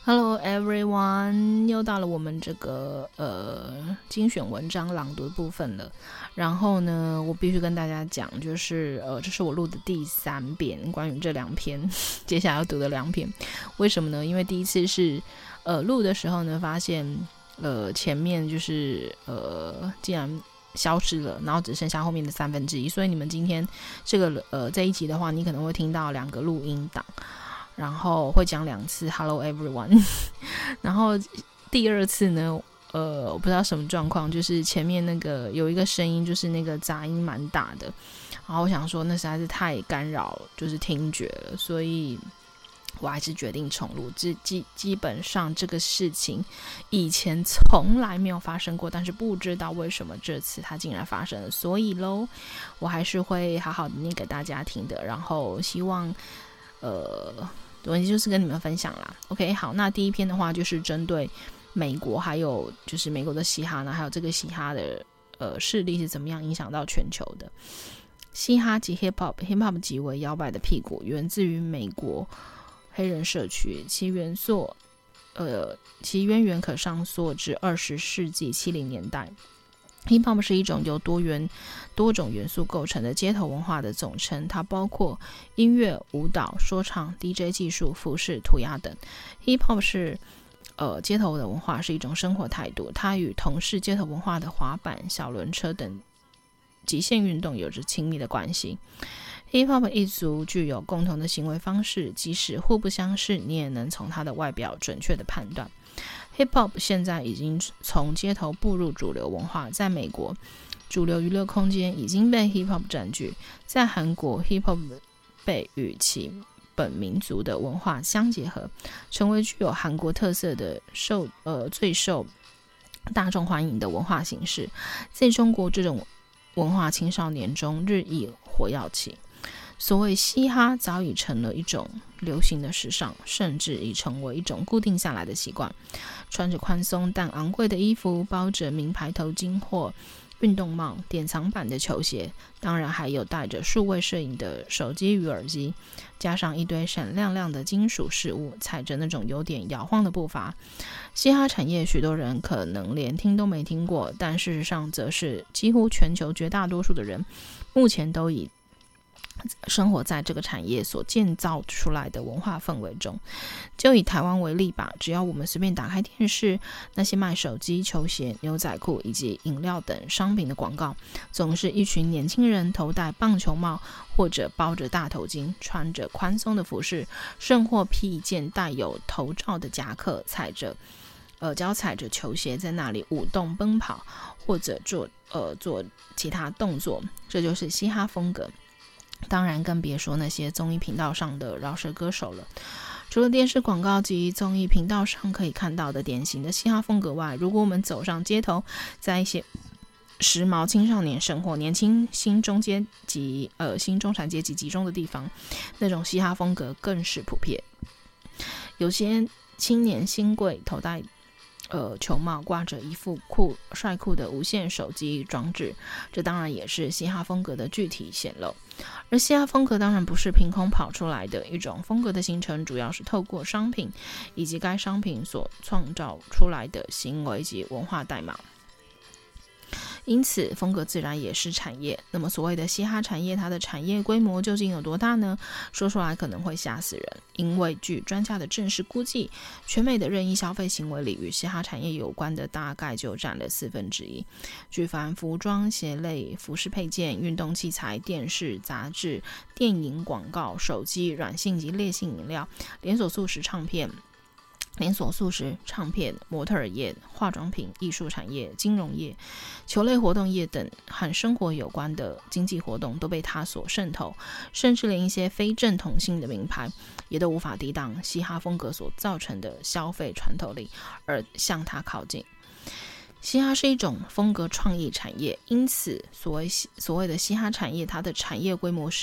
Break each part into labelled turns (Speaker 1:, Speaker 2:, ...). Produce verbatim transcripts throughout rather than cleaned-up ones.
Speaker 1: Hello everyone， 又到了我们这个呃精选文章朗读的部分了。然后呢，我必须跟大家讲，就是呃，这是我录的第三遍关于这两篇，接下来要读的两篇。为什么呢？因为第一次是呃录的时候呢，发现呃前面就是呃竟然消失了，然后只剩下后面的三分之一，所以你们今天这个呃这一集的话，你可能会听到两个录音档。然后会讲两次 Hello everyone 然后第二次呢呃，我不知道什么状况，就是前面那个有一个声音，就是那个杂音蛮大的，然后我想说那实在是太干扰就是听觉了，所以我还是决定重录。基基本上这个事情以前从来没有发生过，但是不知道为什么这次它竟然发生了，所以咯我还是会好好的念给大家听的，然后希望呃问题就是跟你们分享啦。 OK， 好，那第一篇的话就是针对美国，还有就是美国的嘻哈呢，还有这个嘻哈的呃势力是怎么样影响到全球的。嘻哈及 hip hop hip hop 即为摇摆的屁股，源自于美国黑人社区，其元素呃其渊源可上溯至二十世纪七零年代。Hip Hop 是一种由多元多种元素构成的街头文化的总称，它包括音乐、舞蹈、说唱、D J 技术、服饰、涂鸦等。Hip Hop 是呃街头的文化，是一种生活态度，它与同是街头文化的滑板、小轮车等极限运动有着亲密的关系。Hip Hop 一族具有共同的行为方式，即使互不相识，你也能从它的外表准确的判断。Hip Hop 现在已经从街头步入主流文化，在美国，主流娱乐空间已经被 Hip Hop 占据。在韩国 Hip Hop 被与其本民族的文化相结合，成为具有韩国特色的受呃最受大众欢迎的文化形式。在中国，这种文化青少年中日益活跃起。所谓嘻哈早已成了一种流行的时尚，甚至已成为一种固定下来的习惯。穿着宽松但昂贵的衣服，包着名牌头巾或运动帽，典藏版的球鞋，当然还有带着数位摄影的手机与耳机，加上一堆闪亮亮的金属饰物，踩着那种有点摇晃的步伐。嘻哈产业许多人可能连听都没听过，但事实上则是几乎全球绝大多数的人目前都以生活在这个产业所建造出来的文化氛围中。就以台湾为例吧，只要我们随便打开电视，那些卖手机、球鞋、牛仔裤以及饮料等商品的广告，总是一群年轻人头戴棒球帽，或者包着大头巾，穿着宽松的服饰，甚或披一件带有头罩的夹克，踩着呃脚踩着球鞋在那里舞动奔跑，或者做呃做其他动作，这就是嘻哈风格。当然更别说那些综艺频道上的饶舌歌手了。除了电视广告及综艺频道上可以看到的典型的嘻哈风格外，如果我们走上街头，在一些时髦青少年生活、年轻新中阶及呃新中产阶级集中的地方，那种嘻哈风格更是普遍。有些青年新贵头戴呃，球帽，挂着一副酷帅酷的无线手机装置，这当然也是嘻哈风格的具体显露。而嘻哈风格当然不是凭空跑出来的，一种风格的形成主要是透过商品以及该商品所创造出来的行为及文化代码。因此风格自然也是产业。那么所谓的嘻哈产业，它的产业规模究竟有多大呢？说出来可能会吓死人，因为据专家的正式估计，全美的任意消费行为里与嘻哈产业有关的大概就占了四分之一。举凡服装、鞋类、服饰配件、运动器材、电视、杂志、电影广告、手机、软性及烈性饮料、连锁速食唱片连锁速食、唱片、模特儿业、化妆品、艺术产业、金融业、球类活动业等和生活有关的经济活动都被它所渗透，甚至连一些非正统性的名牌也都无法抵挡嘻哈风格所造成的消费穿透力而向它靠近。嘻哈是一种风格创意产业，因此所谓所谓的嘻哈产业，它的产业规模实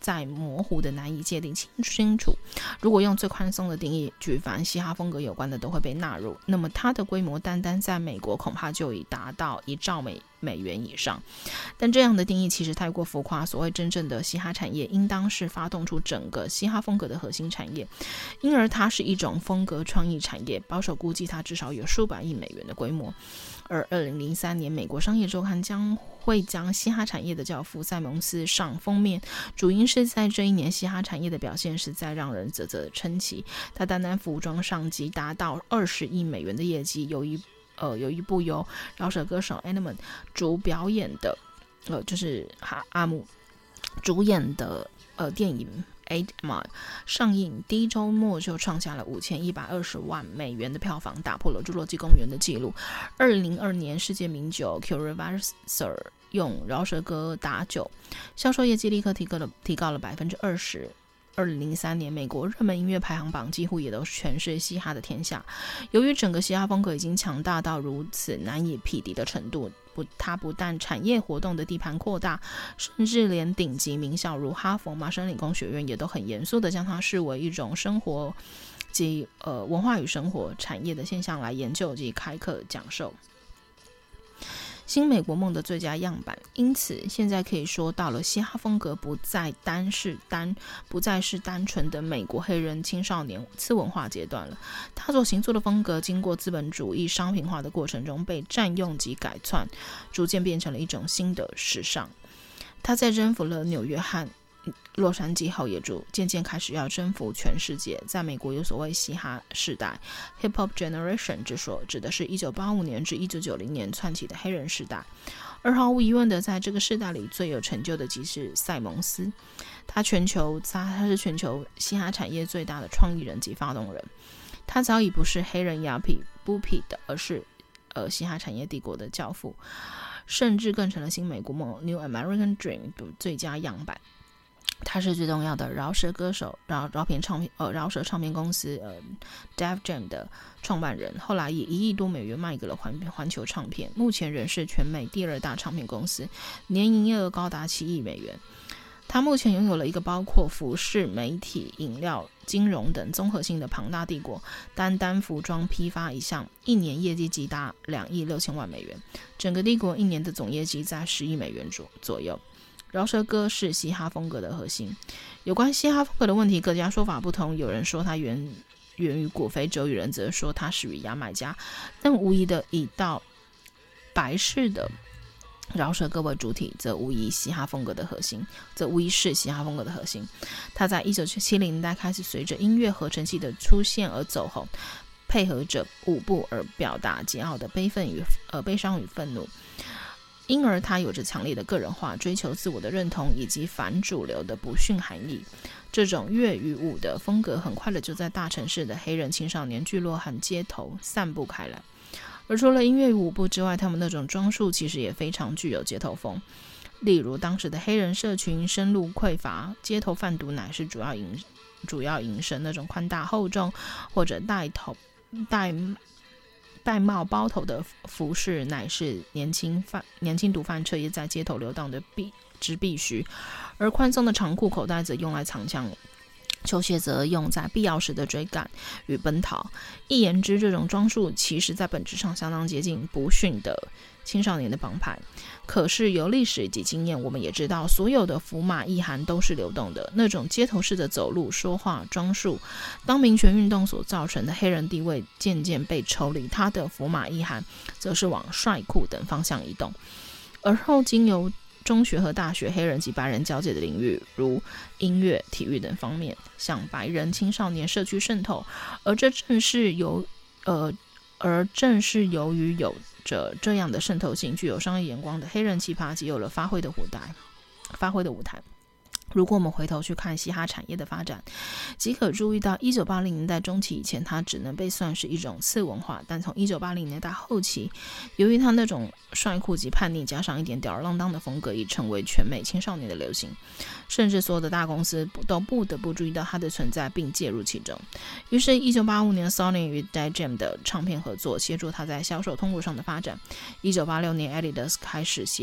Speaker 1: 在模糊的难以界定清楚。如果用最宽松的定义，举凡嘻哈风格有关的都会被纳入，那么它的规模单单在美国恐怕就已达到一兆美美元以上。但这样的定义其实太过浮夸，所谓真正的嘻哈产业应当是发动出整个嘻哈风格的核心产业，因而它是一种风格创意产业，保守估计它至少有数百亿美元的规模。而二零零三年美国商业周刊将会将嘻哈产业的教父塞蒙斯上封面，主因是在这一年嘻哈产业的表现实在让人啧啧称奇。他单单服装上即达到二十亿美元的业绩，有一呃有一部由饶舌歌手 Eminem 主表演的呃就是哈阿姆主演的呃电影eight mile 上映第一周末就创下了五千一百二十万美元的票房，打破了侏罗纪公园的纪录。二零零二年世界名酒 Curaçao 用饶舌歌打酒，销售业绩立刻提高了提高了百分之二十。二零零三年美国热门音乐排行榜几乎也都全是嘻哈的天下。由于整个嘻哈风格已经强大到如此难以匹敌的程度，不它不但产业活动的地盘扩大，甚至连顶级名校如哈佛、麻省理工学院也都很严肃地将它视为一种生活及呃文化与生活产业的现象来研究及开课讲授。新美国梦的最佳样板，因此现在可以说到了嘻哈风格不再单是单不再是单纯的美国黑人青少年次文化阶段了。他所行作的风格经过资本主义商品化的过程中被占用及改窜，逐渐变成了一种新的时尚。他在征服了纽约和洛杉矶后也逐渐渐开始要征服全世界。在美国有所谓嘻哈世代 Hip Hop Generation 之说，指的是一九八五年至一九九零年窜起的黑人世代。而毫无疑问的，在这个世代里最有成就的即是塞蒙斯，他全球他是全球嘻哈产业最大的创意人及发动人。他早已不是黑人雅痞不痞的，而是呃嘻哈产业帝国的教父，甚至更成了新美国梦 New American Dream 的最佳样板。他是最重要的饶舌歌手，饶饶片唱片呃饶舌唱片公司呃 Def Jam 的创办人，后来以一亿多美元卖给了环环球唱片，目前仍是全美第二大唱片公司，年营业额高达七亿美元。他目前拥有了一个包括服饰、媒体、饮料、金融等综合性的庞大帝国，单单服装批发一项，一年业绩即达两亿六千万美元，整个帝国一年的总业绩在十亿美元左右。饶舌歌是嘻哈风格的核心。有关嘻哈风格的问题，各家说法不同，有人说它源源于古非洲，有人则说它始于牙买加，但无疑的以到白式的饶舌歌为主体，则无疑嘻哈风格的核心，则无疑是嘻哈风格的核心。它在一九七零年代开始随着音乐合成器的出现而走红，配合着舞步而表达桀骜的悲愤与呃悲伤与愤怒。因而它有着强烈的个人化、追求自我的认同以及反主流的不逊含义。这种乐与舞的风格很快的就在大城市的黑人青少年聚落和街头散布开来。而除了音乐与舞步之外，他们那种装束其实也非常具有街头风。例如当时的黑人社群生路匮乏，街头贩毒乃是主要营主要营生，那种宽大厚重或者带头带戴帽包头的服饰乃是年轻贩年轻毒贩彻夜在街头流荡的必之必须，而宽松的长裤口袋则用来藏枪，球鞋则用在必要时的追赶与奔逃。一言之，这种装束其实在本质上相当接近不逊的青少年的帮派。可是由历史以及经验，我们也知道所有的符码意涵都是流动的。那种街头式的走路、说话、装束，当民权运动所造成的黑人地位渐渐被抽离，它的符码意涵则是往帅酷等方向移动。而后经由中学和大学黑人及白人交界的领域，如音乐、体育等方面，向白人青少年社区渗透，而这正是由呃，而正是由于有着这样的渗透性，具有商业眼光的黑人奇葩即有了发挥的舞台，发挥的舞台。如果我们回头去看嘻哈产业的发展，即可注意到一九八零年代中期以前，它只能被算是一种次文化，但从一九八零年代后期，由于它那种帅酷及叛逆加上一点吊儿郎当的风格，已成为全美青少年的流行，甚至所有的大公司都不得不注意到它的存在并介入其中。于是一九八五年 Sony 与 Def Jam 的唱片合作协助它在销售通路上的发展。一九八六年 Adidas 开始协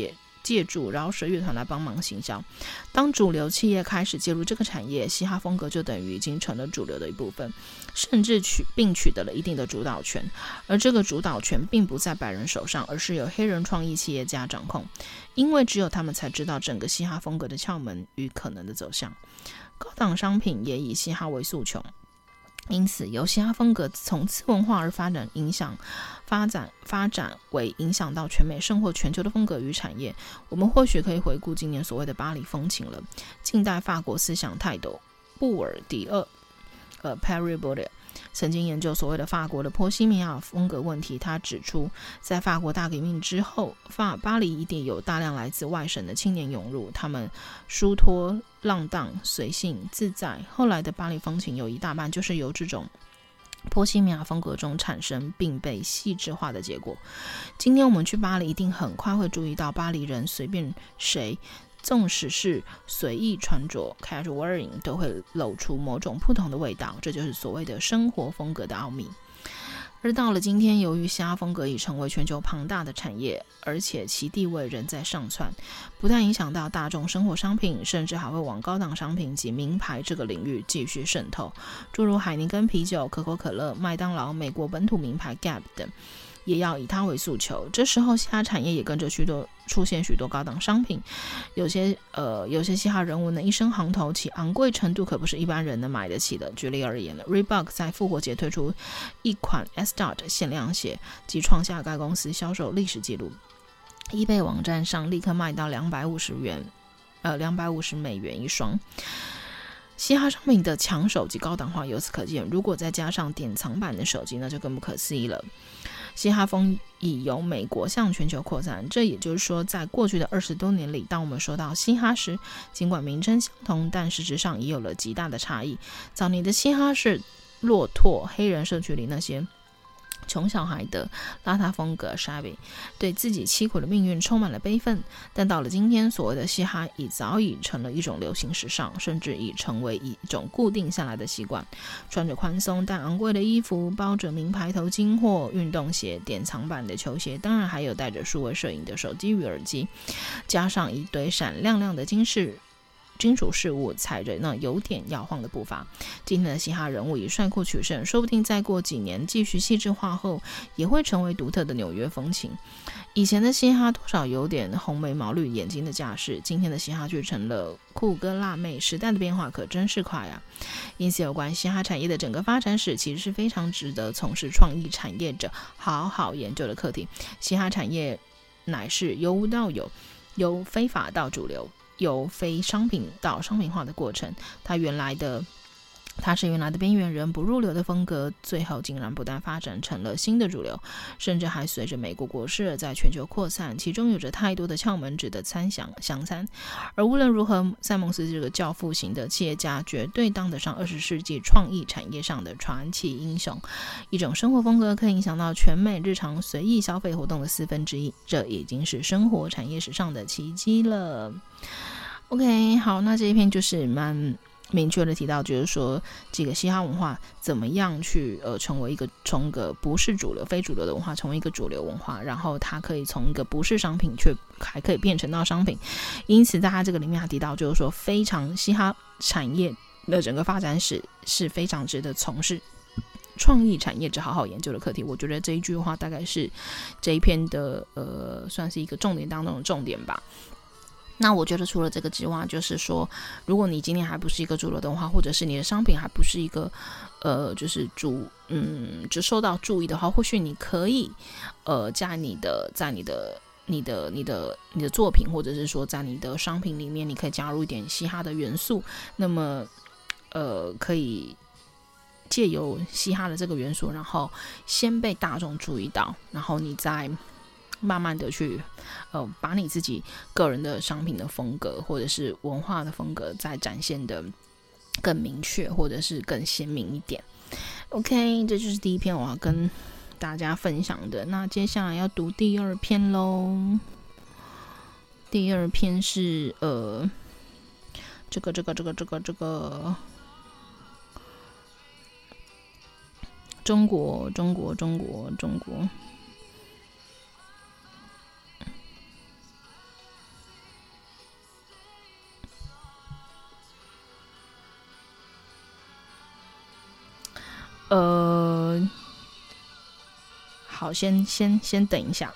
Speaker 1: 借助饶舌乐团来帮忙行销。当主流企业开始介入这个产业，嘻哈风格就等于已经成了主流的一部分，甚至取并取得了一定的主导权。而这个主导权并不在白人手上，而是由黑人创意企业家掌控，因为只有他们才知道整个嘻哈风格的窍门与可能的走向。高档商品也以嘻哈为诉求，因此由嘻哈风格从次文化而发展影响发展发展为影响到全美甚或全球的风格与产业。我们或许可以回顾今年所谓的巴黎风情了。近代法国思想泰斗布尔迪厄呃 Paris Bourdieu 曾经研究所谓的法国的波西米亚风格问题。他指出，在法国大革命之后，法巴黎一定有大量来自外省的青年涌入，他们疏脱、浪荡、随性、自在。后来的巴黎风情有一大半就是由这种波西米亚风格中产生并被细致化的结果。今天我们去巴黎，一定很快会注意到巴黎人随便谁，纵使是随意穿着 casual wearing 都会露出某种不同的味道，这就是所谓的生活风格的奥秘。而到了今天，由于嘻哈风格已成为全球庞大的产业，而且其地位仍在上窜，不但影响到大众生活商品，甚至还会往高档商品及名牌这个领域继续渗透，诸如海尼根啤酒、可口可乐、麦当劳、美国本土名牌 Gap 等，也要以它为诉求。这时候嘻哈产业也跟着许多出现许多高档商品，有些呃有些嘻哈人物呢一身行头，其昂贵程度可不是一般人能买得起的。举例而言呢 Reebok 在复活节推出一款 S-Dot 限量鞋，即创下该公司销售历史纪录。eBay 网站上立刻卖到两百五十元呃两百五十美元一双。嘻哈商品的抢手及高档化由此可见，如果再加上典藏版的手机，那就更不可思议了。嘻哈风已由美国向全球扩散，这也就是说，在过去的二十多年里，当我们说到嘻哈时，尽管名称相同，但实质上已有了极大的差异。早年的嘻哈是骆驼黑人社区里那些穷小孩的邋遢风格 shabby， 对自己凄苦的命运充满了悲愤。但到了今天，所谓的嘻哈已早已成了一种流行时尚，甚至已成为一种固定下来的习惯。穿着宽松但昂贵的衣服，包着名牌头巾或运动鞋，典藏版的球鞋，当然还有带着数位摄影的手机与耳机，加上一堆闪亮亮的金饰金属饰物，踩着那有点摇晃的步伐。今天的嘻哈人物以帅酷取胜，说不定再过几年继续细致化后，也会成为独特的纽约风情。以前的嘻哈多少有点红眉毛绿眼睛的架势，今天的嘻哈却成了酷哥辣妹。时代的变化可真是快啊！因此，有关嘻哈产业的整个发展史，其实是非常值得从事创意产业者好好研究的课题。嘻哈产业乃是由无到有，由非法到主流，由非商品到商品化的过程。它原来的它是原来的边缘人不入流的风格，最后竟然不但发展成了新的主流，甚至还随着美国国势在全球扩散，其中有着太多的窍门值得参详详参。而无论如何，塞蒙斯这个教父型的企业家绝对当得上二十世纪创意产业上的传奇英雄。一种生活风格可以影响到全美日常随意消费活动的四分之一，这已经是生活产业史上的奇迹了。OK， 好，那这一篇就是蛮明确的提到，就是说这个嘻哈文化怎么样去呃成为一个从一个不是主流非主流的文化成为一个主流文化，然后它可以从一个不是商品却还可以变成到商品。因此在它这个里面还提到，就是说非常嘻哈产业的整个发展史是非常值得从事创意产业者好好研究的课题。我觉得这一句话大概是这一篇的呃算是一个重点当中的重点吧。那我觉得除了这个之外，就是说如果你今天还不是一个主流的话，或者是你的商品还不是一个呃就是主嗯就受到注意的话，或许你可以呃在你的在你的你的你的你的作品，或者是说在你的商品里面，你可以加入一点嘻哈的元素，那么呃可以借由嘻哈的这个元素，然后先被大众注意到，然后你再慢慢的去呃，把你自己个人的商品的风格或者是文化的风格再展现的更明确或者是更鲜明一点。 OK， 这就是第一篇我要跟大家分享的。那接下来要读第二篇咯。第二篇是呃，这个这个这个这个这个中国中国中国中国呃，好，先先先等一下。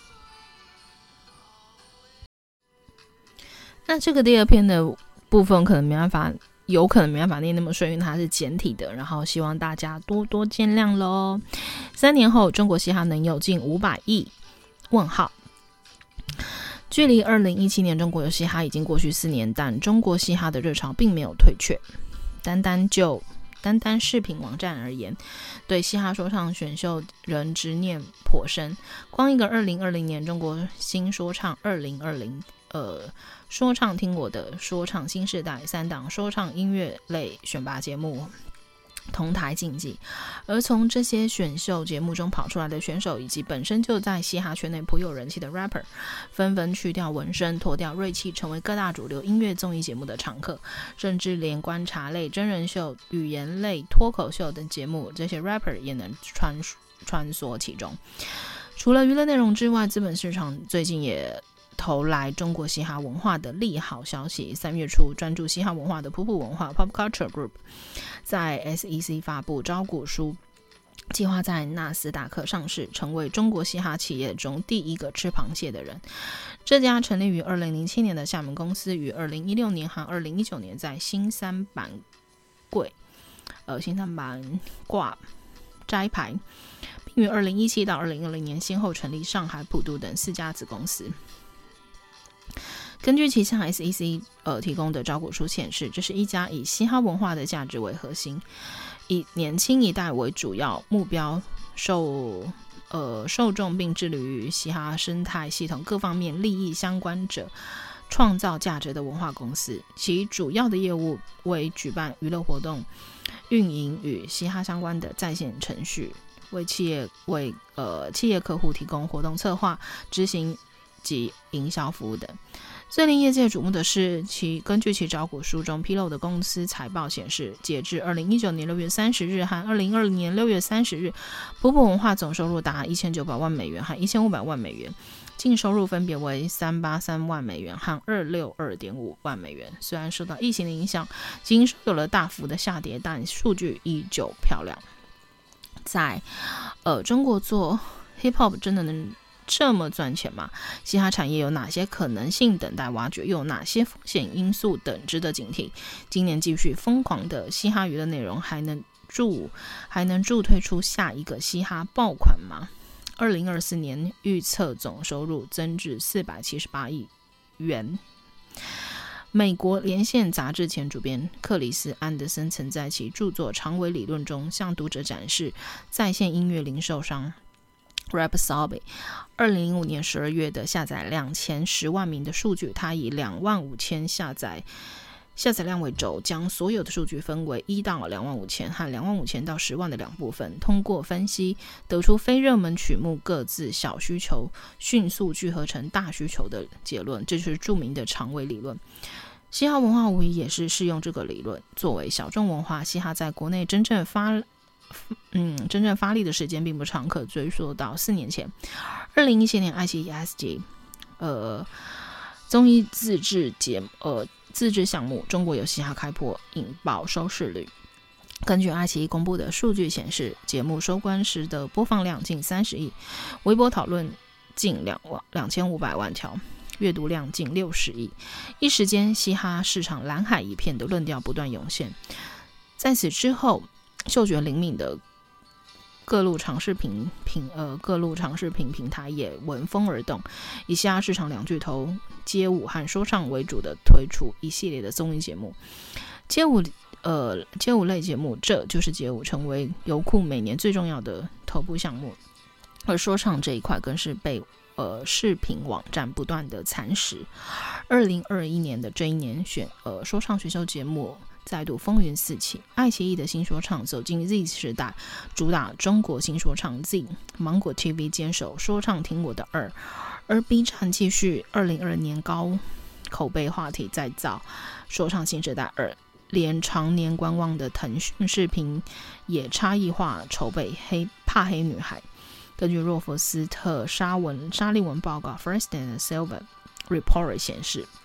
Speaker 1: 那这个第二篇的部分可能没办法，有可能没办法念那么顺，因为它是简体的，然后希望大家多多见谅咯。三年后，中国嘻哈能有近五百亿？问号。距离二零一七年中国有嘻哈已经过去四年，但中国嘻哈的热潮并没有退却。单单就单单视频网站而言，对嘻哈说唱选秀人执念颇深。光一个二零二零年中国新说唱二零二零呃，说唱听我的说唱新世代三档说唱音乐类选拔节目同台竞技，而从这些选秀节目中跑出来的选手，以及本身就在嘻哈圈内颇有人气的 rapper， 纷纷去掉纹身，脱掉锐气，成为各大主流音乐综艺节目的常客，甚至连观察类、真人秀、语言类、脱口秀等节目，这些 rapper 也能穿穿梭其中。除了娱乐内容之外，资本市场最近也投来中国嘻哈文化的利好消息。三月初，专注嘻哈文化的普普文化 Pop Culture Group 在 S E C 发布招股书，计划在纳斯达克上市，成为中国嘻哈企业中第一个吃螃蟹的人。这家成立于二零零七年的厦门公司，于二零一六年和二零一九年在新三板柜呃新三板挂摘牌，并于二零一七到二零二零年先后成立上海、普渡等四家子公司。根据其向 S E C 呃提供的招股书显示，这是一家以嘻哈文化的价值为核心，以年轻一代为主要目标受呃受众，并致力于嘻哈生态系统各方面利益相关者创造价值的文化公司。其主要的业务为举办娱乐活动、运营与嘻哈相关的在线程序，为企业为呃企业客户提供活动策划、执行及营销服务等。最令业界瞩目的是，其根据其招股书中披露的公司财报显示，截至二零一九年六月三十日和二零二零年六月三十日，普普文化总收入达一千九百万美元和一千五百万美元，净收入分别为三百八十三万美元和二百六十二点五万美元。虽然受到疫情的影响，营收有了大幅的下跌，但数据依旧漂亮。在呃中国做 hip hop 真的能这么赚钱吗？嘻哈产业有哪些可能性等待挖掘？又有哪些风险因素等值得警惕？今年继续疯狂的嘻哈娱乐内容还能助还能助推出下一个嘻哈爆款吗？二零二四年预测总收入增至四百七十八亿元。美国连线杂志前主编克里斯·安德森曾在其著作《长尾理论》中向读者展示在线音乐零售商Rapsorbet 二零零五年十二月的下载量前十万名的数据，它以两万五千下载下载量为轴，将所有的数据分为一到两万五千和两万五千到十万的两部分，通过分析得出非热门曲目各自小需求迅速聚合成大需求的结论，这就是著名的长尾理论。嘻哈文化无疑也是适用这个理论。作为小众文化，嘻哈在国内真正发嗯，真正发力的时间并不长，可追溯到四年前，二零一七年爱奇艺 S G 呃综艺自制节呃自制项目《中国有嘻哈》开播，引爆收视率。根据爱奇艺公布的数据显示，节目收官时的播放量近三十亿，微博讨论近两千五百万条，阅读量近六十亿。一时间，嘻哈市场蓝海一片的论调不断涌现。在此之后，嗅觉灵敏的各路长视频平呃各路长视频平台也闻风而动，以嘻哈市场两巨头街舞和说唱为主的推出一系列的综艺节目。街舞呃街舞类节目这就是街舞成为优酷每年最重要的头部项目，而说唱这一块更是被呃视频网站不断的蚕食。二零二一年的这一年选呃说唱选秀节目再度风云四起，爱奇艺的新说唱走进 Z 时代，主打中国新说唱 Z， 芒果 T V 坚守说唱听我的二，而 B 站继续二零二二年高口碑话题再造说唱新时代二，连常年观望的腾讯视频也差异化筹备黑怕黑女孩。根据洛弗斯特沙文沙利文报告 First and Silver Report 显示，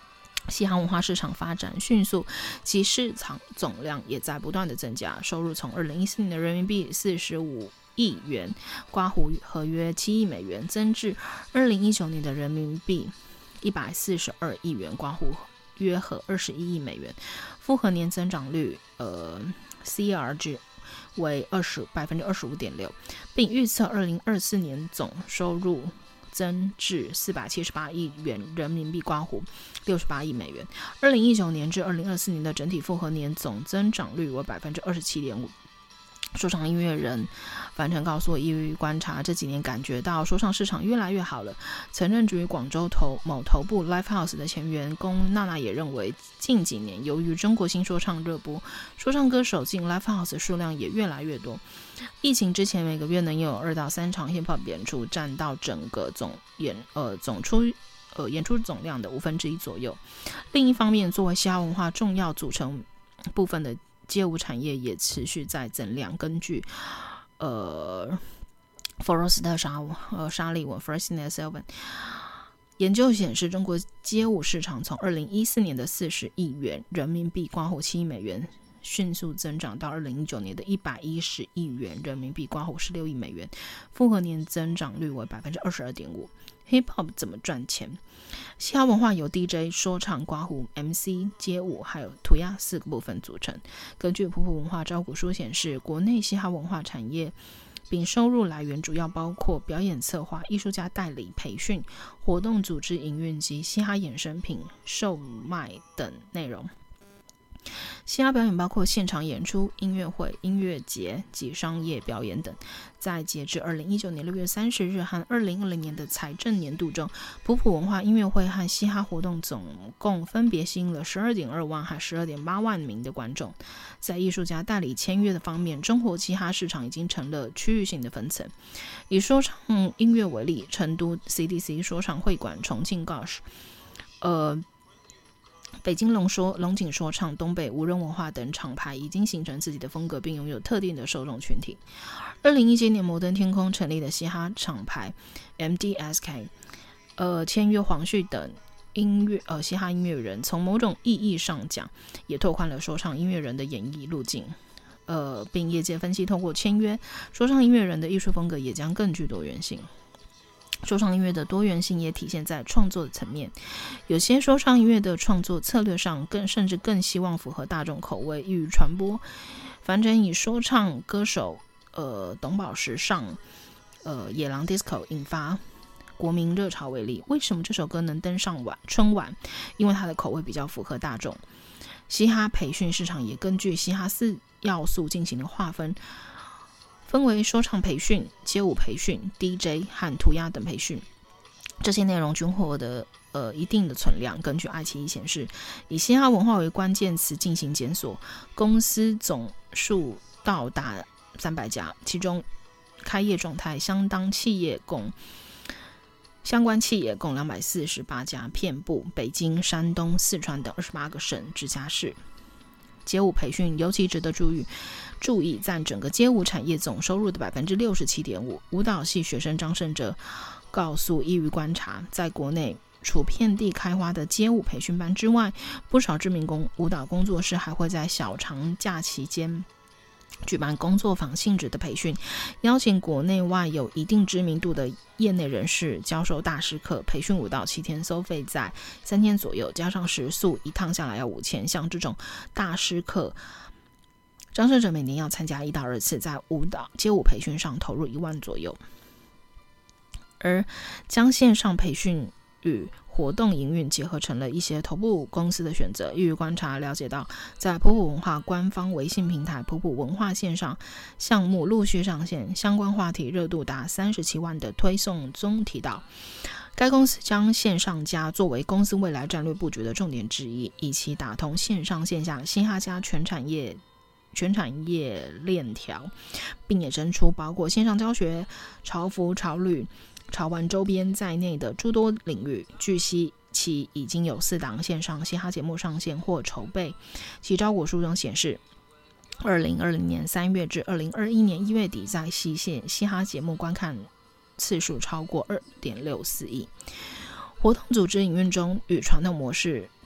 Speaker 1: 嘻哈文化市场发展迅速，其市场总量也在不断的增加，收入从二零一四年的人民币四十五亿元，刮胡合约七亿美元，增至二零一九年的人民币一百四十二亿元，刮胡约合二十一亿美元，复合年增长率呃 C R G 为百分之二十五点六，并预测二零二四年总收入增至四百七十八亿元人民币，刮胡六十八亿美元。二零一九年至二零二四年的整体复合年总增长率为百分之二十七点五。说唱音乐人樊晨告诉我，异于观察，这几年感觉到说唱市场越来越好了。曾任职于广州头某头部 Live House 的前员工娜娜也认为，近几年由于中国新说唱热播，说唱歌手进 Live House 数量也越来越多。疫情之前每个月能有二到三场 hip hop 演出，占到整个总演呃总出呃演出总量的五分之一左右。另一方面，作为嘻哈文化重要组成部分的街舞产业也持续在增量。根据呃佛罗斯特沙呃沙利文 Forrester Sullivan 研究显示，中国街舞市场从二零一四年的四十亿元人民币，刮胡七亿美元，迅速增长到二零一九年的一百一十亿元人民币，刮胡十六亿美元，复合年增长率为百分之二十二点五。Hip Hop 怎么赚钱？嘻哈文化由 D J、说唱、刮胡、M C、街舞还有涂鸦四个部分组成。根据普普文化招股书显示，国内嘻哈文化产业并收入来源主要包括表演策划、艺术家代理、培训、活动组织营运及嘻哈衍生品售卖等内容。嘻哈表演包括现场演出、音乐会、音乐节及商业表演等。在截至二零一九年六月三十日和二零二零年的财政年度中，普普文化音乐会和嘻哈活动总共分别吸引了 十二点二万和 十二点八万名的观众。在艺术家代理签约的方面，中国嘻哈市场已经成了区域性的分层。以说唱音乐为例，成都 C D C 说唱会馆、重庆 Gosh 呃北京龙说、龙井说唱、东北无人文化等厂牌已经形成自己的风格，并拥有特定的受众群体。二零一七年摩登天空成立的嘻哈厂牌 M D S K 呃签约黄旭等音乐呃嘻哈音乐人，从某种意义上讲也拓宽了说唱音乐人的演艺路径。呃并业界分析，透过签约，说唱音乐人的艺术风格也将更具多元性。说唱音乐的多元性也体现在创作的层面，有些说唱音乐的创作策略上更甚至更希望符合大众口味，易于传播。反正以说唱歌手呃董宝石上呃野狼 Disco 引发国民热潮为例，为什么这首歌能登上晚春晚？因为它的口味比较符合大众。嘻哈培训市场也根据嘻哈四要素进行了划分，分为说唱培训、街舞培训、D J 和涂鸦等培训。这些内容均获得呃一定的存量。根据爱奇艺显示，以嘻哈文化为关键词进行检索，公司总数到达三百家，其中开业状态相当企业共相关企业共两百四十八家，遍布北京、山东、四川等二十八个省直辖市。街舞培训尤其值得注意，注意占整个街舞产业总收入的 百分之六十七点五。 舞蹈系学生张胜哲告诉易于观察，在国内除遍地开花的街舞培训班之外，不少知名工舞蹈工作室还会在小长假期间举办工作坊性质的培训，邀请国内外有一定知名度的业内人士教授大师课。培训舞蹈七天，收费在三天左右，加上食宿，一趟下来要五千。像这种大师课，张胜哲每年要参加一到二次，在舞蹈街舞培训上投入一万左右。而将线上培训与活动营运结合成了一些头部公司的选择。易于观察了解到，在普普文化官方微信平台普普文化线上项目陆续上线，相关话题热度达三十七万的推送中提到，该公司将线上加作为公司未来战略布局的重点之一，以期打通线上线下嘻哈加全产业全产业链条，并也生出包括线上教学、潮服、潮旅、潮玩周边在内的诸多领域。据悉，其已经有四档线上嘻哈节目上线或筹备。其招股书中显示，二零二零年三月至二零二一年一月底，在西线嘻哈节目观看次数超过 二点六四亿。活动组织营运中与传统模式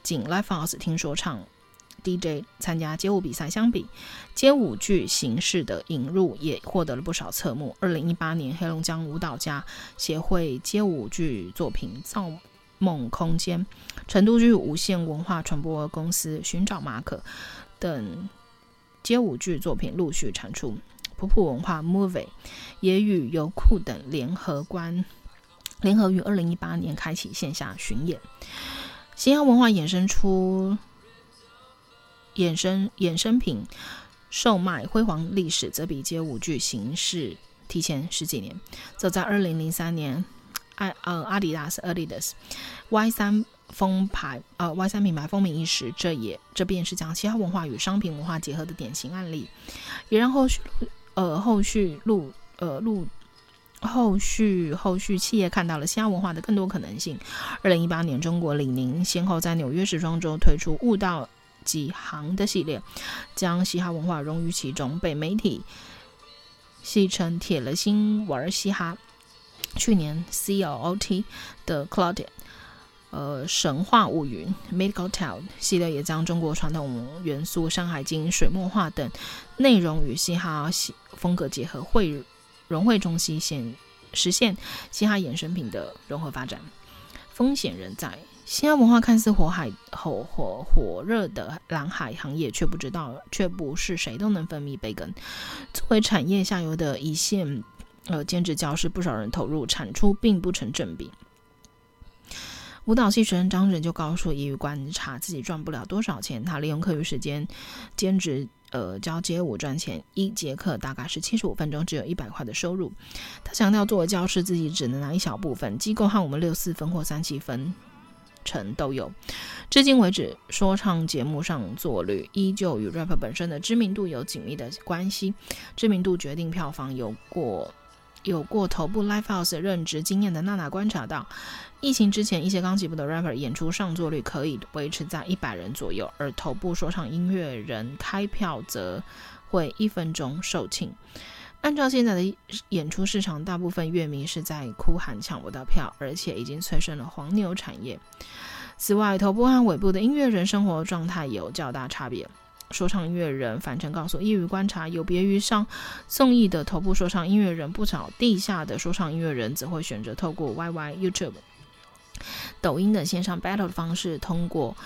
Speaker 1: 仅 Live House 听说唱 D J 参加街舞比赛相比，街舞剧形式的引入也获得了不少侧目。二零一八年，黑龙江舞蹈家协会街舞剧作品造梦空间、成都剧无线文化传播公司寻找马可等街舞剧作品陆续产出。普普文化 Movie 也与优酷等联合关联合于二零一八年开启线下巡演。嘻哈文化衍生出衍生衍生品售卖辉煌历史，则比街舞剧形式提前十几年。早在二零零三年，阿呃阿迪达斯 Adidas Y 三风牌呃 Y 三品牌风靡一时，这也这便是将嘻哈文化与商品文化结合的典型案例，也让后续呃后续路呃路。后续后续企业看到了嘻哈文化的更多可能性。二零一八年，中国李宁先后在纽约时装周推出悟道几行的系列，将嘻哈文化融于其中，被媒体戏称铁了心玩嘻哈。去年 C L O T 的 Claudia 呃神话物语 Mythical Tale 系列也将中国传统元素山海经、水墨画等内容与嘻哈风格结合，会融汇中西线，实现嘻哈衍生品的融合发展。风险仍在，嘻哈文化看似火海火火火热的蓝海行业，却不知道却不是谁都能分蜜杯羹。作为产业下游的一线呃兼职教师，不少人投入产出并不成正比。舞蹈系学生张忍就告诉一语观察自己赚不了多少钱，他利用课余时间兼职呃教街舞赚钱，一节课大概是七十五分钟，只有一百块的收入。他强调作为教师自己只能拿一小部分，机构和我们六四分或三七分成都有。至今为止，说唱节目上座率依旧与 rapper 本身的知名度有紧密的关系，知名度决定票房。有过有过头部 Live House 任职经验的娜娜观察到，疫情之前一些刚起步的 rapper 演出上座率可以维持在一百人左右，而头部说唱音乐人开票则会一分钟售罄。按照现在的演出市场，大部分乐迷是在哭喊抢不到票，而且已经催生了黄牛产业。此外，头部和尾部的音乐人生活状态有较大差别。说唱音乐人樊晨告诉一语观察，有别于上综艺的头部说唱音乐人，不少地下的说唱音乐人则会选择透过 Y Y、YouTube、抖音的线上 battle 的方式，通过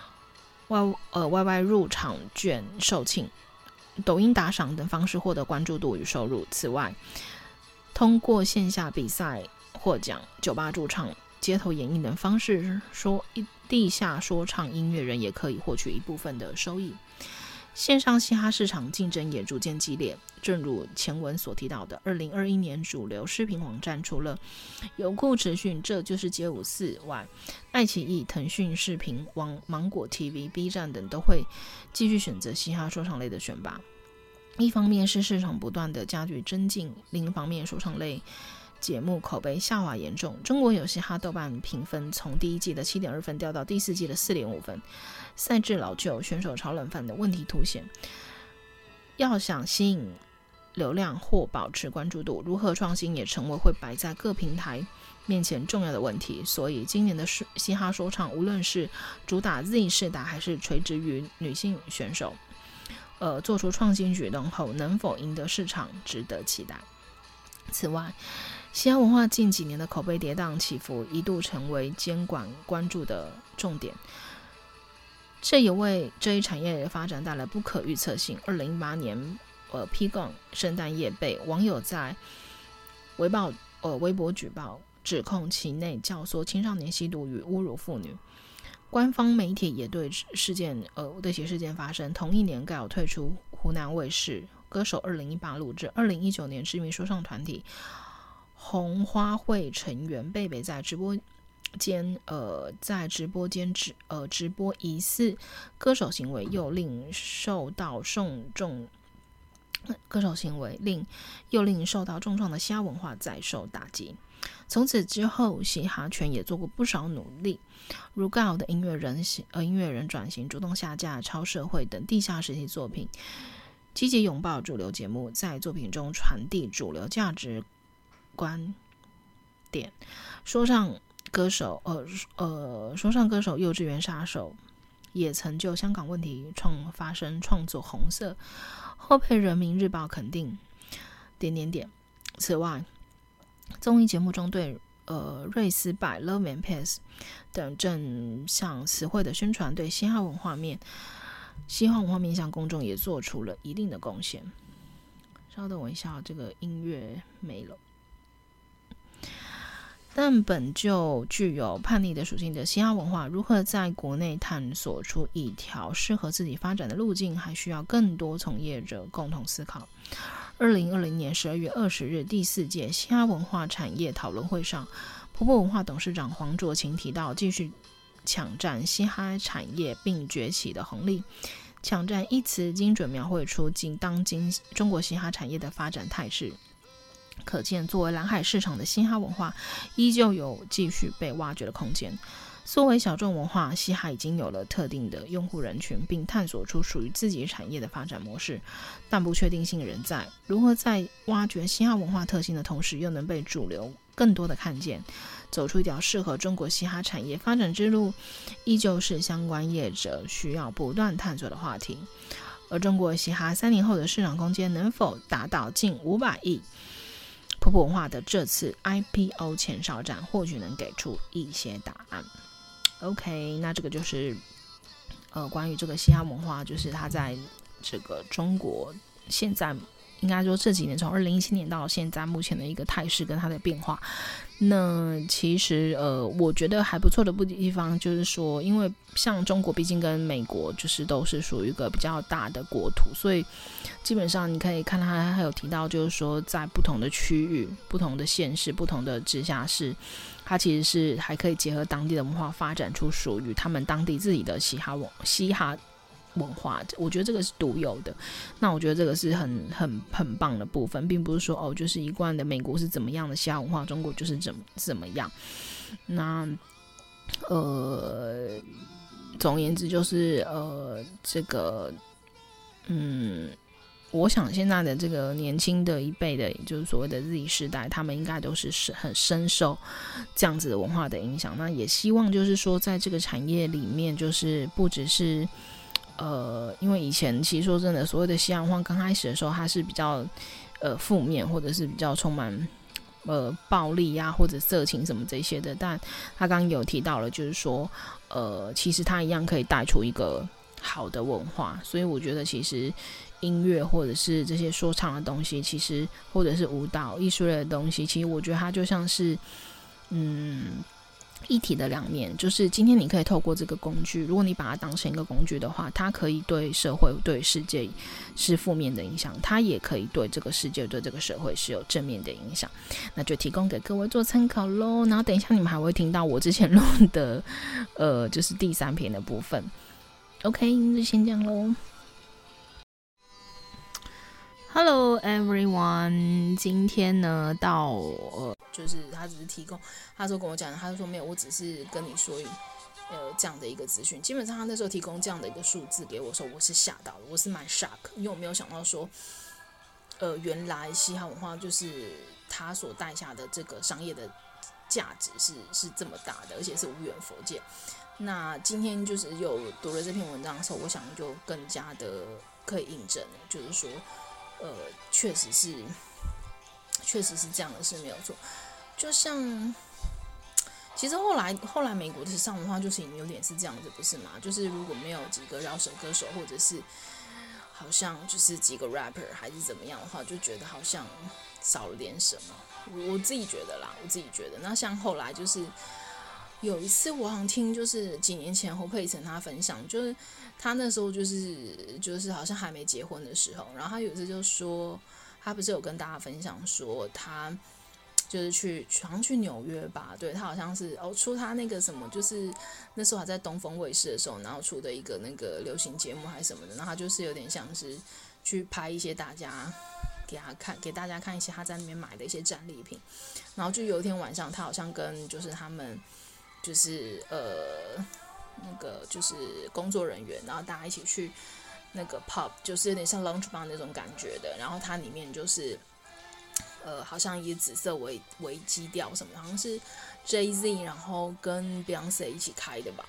Speaker 1: Y, 呃 Y Y 入场券售罄、抖音打赏等方式获得关注度与收入。此外，通过线下比赛获奖、酒吧驻唱、街头演绎等方式，说地下说唱音乐人也可以获取一部分的收益。线上嘻哈市场竞争也逐渐激烈，正如前文所提到的，二零二一年主流视频网站除了优酷、持讯这就是街舞四外，爱奇艺、腾讯视频、网芒果 T V、B 站等都会继续选择嘻哈说唱类的选拔。一方面是市场不断的加剧增进，另一方面说唱类节目口碑下滑严重。中国有嘻哈豆瓣评分从第一季的 七点二 分掉到第四季的 四点五 分，赛制老旧，选手炒冷饭的问题凸显。要想吸引流量或保持关注度，如何创新也成为会摆在各平台面前重要的问题。所以今年的嘻哈说唱，无论是主打 Z 世代还是垂直于女性选手，呃，做出创新举动后能否赢得市场，值得期待。此外，嘻哈文化近几年的口碑跌宕起伏，一度成为监管关注的重点，这也为这一产业的发展带来不可预测性。二零一八年，呃 P 杠圣诞夜被网友在微报呃微博举报，指控其内教唆青少年吸毒与侮辱妇女。官方媒体也对事件呃对其事件发生。同一年，该有退出湖南卫视歌手二零一八录制。二零一九年，知名说唱团体红花会成员贝贝在直播间呃在直播间直呃直播疑似歌手行为，又令受到重重歌手行为令又令受到重创的嘻哈文化再受打击。从此之后，嘻哈圈也做过不少努力，如告的音乐人呃音乐人转型、主动下架、超社会等地下实体作品，积极拥抱主流节目，在作品中传递主流价值观点。说唱歌手呃呃说唱歌手幼稚园杀手也曾就香港问题创发生创作红色，后被人民日报肯定点点点。此外，综艺节目中对呃瑞斯拜 Love and Peace 等正向词汇的宣传，对嘻哈文化面嘻哈文化面向公众也做出了一定的贡献。稍等我一下，这个音乐没了。但本就具有叛逆的属性的嘻哈文化，如何在国内探索出一条适合自己发展的路径，还需要更多从业者共同思考。二零二零年十二月二十日，第四届嘻哈文化产业讨论会上，婆婆文化董事长黄卓琴提到，继续抢占嘻哈产业并崛起的红利。抢占一词精准描绘出今当今中国嘻哈产业的发展态势，可见作为蓝海市场的嘻哈文化依旧有继续被挖掘的空间。作为小众文化，嘻哈已经有了特定的用户人群，并探索出属于自己产业的发展模式，但不确定性仍在。如何在挖掘嘻哈文化特性的同时，又能被主流更多的看见，走出一条适合中国嘻哈产业发展之路，依旧是相关业者需要不断探索的话题。而中国嘻哈三年后的市场空间能否达到近五百亿？婆婆文化的这次 I P O 前哨战或许能给出一些答案。OK， 那这个就是呃关于这个嘻哈文化，就是它在这个中国现在应该说这几年，从二零一七年到现在目前的一个态势跟它的变化。那其实呃我觉得还不错的地方就是说，因为像中国毕竟跟美国就是都是属于一个比较大的国土，所以基本上你可以看到他还有提到，就是说在不同的区域、不同的县市、不同的直辖市，它其实是还可以结合当地的文化，发展出属于他们当地自己的嘻哈文嘻哈文化。我觉得这个是独有的。那我觉得这个是很很很棒的部分，并不是说哦，就是一贯的美国是怎么样的嘻哈文化，中国就是怎么怎么样。那呃，总而言之就是呃，这个嗯。我想现在的这个年轻的一辈的，就是所谓的 Z 世代，他们应该都是很深受这样子的文化的影响。那也希望就是说，在这个产业里面，就是不只是呃，因为以前其实说真的，所谓的嘻哈文化刚开始的时候，它是比较呃负面，或者是比较充满呃暴力啊，或者色情什么这些的。但他刚刚有提到了，就是说呃，其实他一样可以带出一个好的文化，所以我觉得其实音乐或者是这些说唱的东西，其实或者是舞蹈艺术类的东西，其实我觉得它就像是嗯一体的两面。就是今天你可以透过这个工具，如果你把它当成一个工具的话，它可以对社会对世界是负面的影响，它也可以对这个世界对这个社会是有正面的影响。那就提供给各位做参考咯。然后等一下你们还会听到我之前录的呃就是第三篇的部分。 OK， 就先这样咯。Hello everyone， 今天呢到呃，就是他只是提供，他说跟我讲，他说没有，我只是跟你说呃这样的一个资讯。基本上他那时候提供这样的一个数字给我说，我是吓到了，我是蛮 shock， 因为我没有想到说，呃，原来嘻哈文化就是他所带下的这个商业的价值是是这么大的，而且是无远弗届。那今天就是有读了这篇文章的时候，我想就更加的可以印证，就是说。呃，确实是，确实是这样的事没有错。就像，其实后来后来美国的时尚文化就是有点是这样子，不是吗？就是如果没有几个饶舌歌手，或者是好像就是几个 rapper 还是怎么样的话，就觉得好像少了点什么。我自己觉得啦，我自己觉得。那像后来就是有一次我好像听，就是几年前侯佩岑他分享，就是他那时候就是就是好像还没结婚的时候，然后他有一次就说，他不是有跟大家分享说他就是去好像去纽约吧，对，他好像是哦出他那个什么，就是那时候还在东风卫视的时候，然后出的一个那个流行节目还是什么的，然后他就是有点像是去拍一些大家给他看，给大家看一些他在那边买的一些战利品，然后就有一天晚上，他好像跟就是他们就是呃。那个就是工作人员，然后大家一起去那个 pub， 就是有点像 lounge bar 那种感觉的，然后它里面就是呃好像以紫色为为基调什么，好像是 Jay-Z 然后跟 Beyonce 一起开的吧，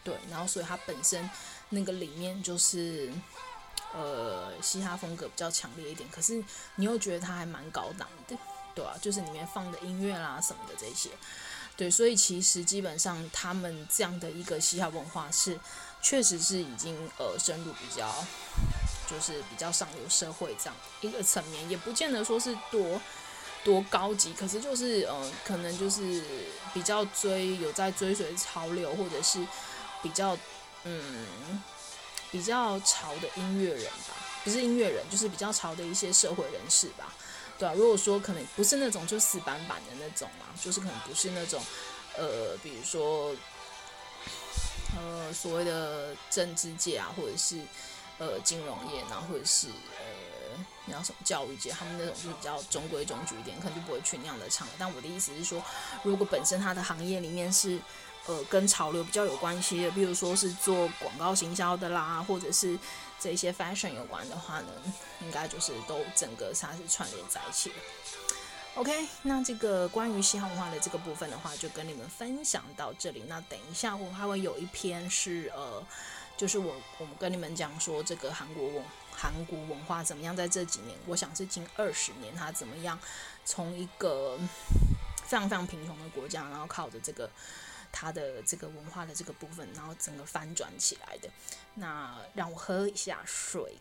Speaker 1: 对，然后所以它本身那个里面就是呃嘻哈风格比较强烈一点，可是你又觉得它还蛮高档的，对啊，就是里面放的音乐啦什么的这些，对，所以其实基本上他们这样的一个嘻哈文化是确实是已经呃深入比较就是比较上流社会这样一个层面，也不见得说是多多高级，可是就是呃可能就是比较追有在追随潮流，或者是比较嗯比较潮的音乐人吧，不是音乐人，就是比较潮的一些社会人士吧，对啊，如果说可能不是那种就死板板的那种嘛，就是可能不是那种呃比如说呃所谓的政治界啊，或者是呃金融业，然后或者是呃你要什么教育界，他们那种就是比较中规中矩一点，可能就不会去那样的场合。但我的意思是说，如果本身他的行业里面是呃跟潮流比较有关系的，比如说是做广告行销的啦，或者是这些 fashion 有关的话呢，应该就是都整个它是串联在一起的。OK， 那这个关于嘻哈文化的这个部分的话，就跟你们分享到这里。那等一下我还会有一篇是呃，就是我我们跟你们讲说这个韩国文韩国文化怎么样，在这几年，我想是近二十年，它怎么样从一个非常非常贫穷的国家，然后靠着这个它的这个文化的这个部分，然后整个翻转起来的。那让我喝一下水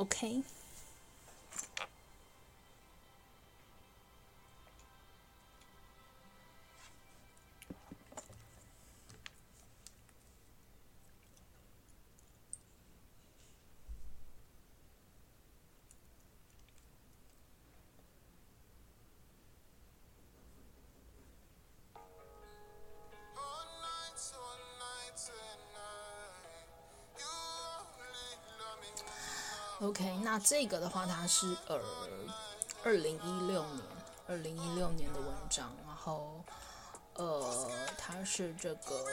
Speaker 1: ，OK。OK， 那这个的话，它是呃二零一六年二零一六年的文章，然后呃它是这个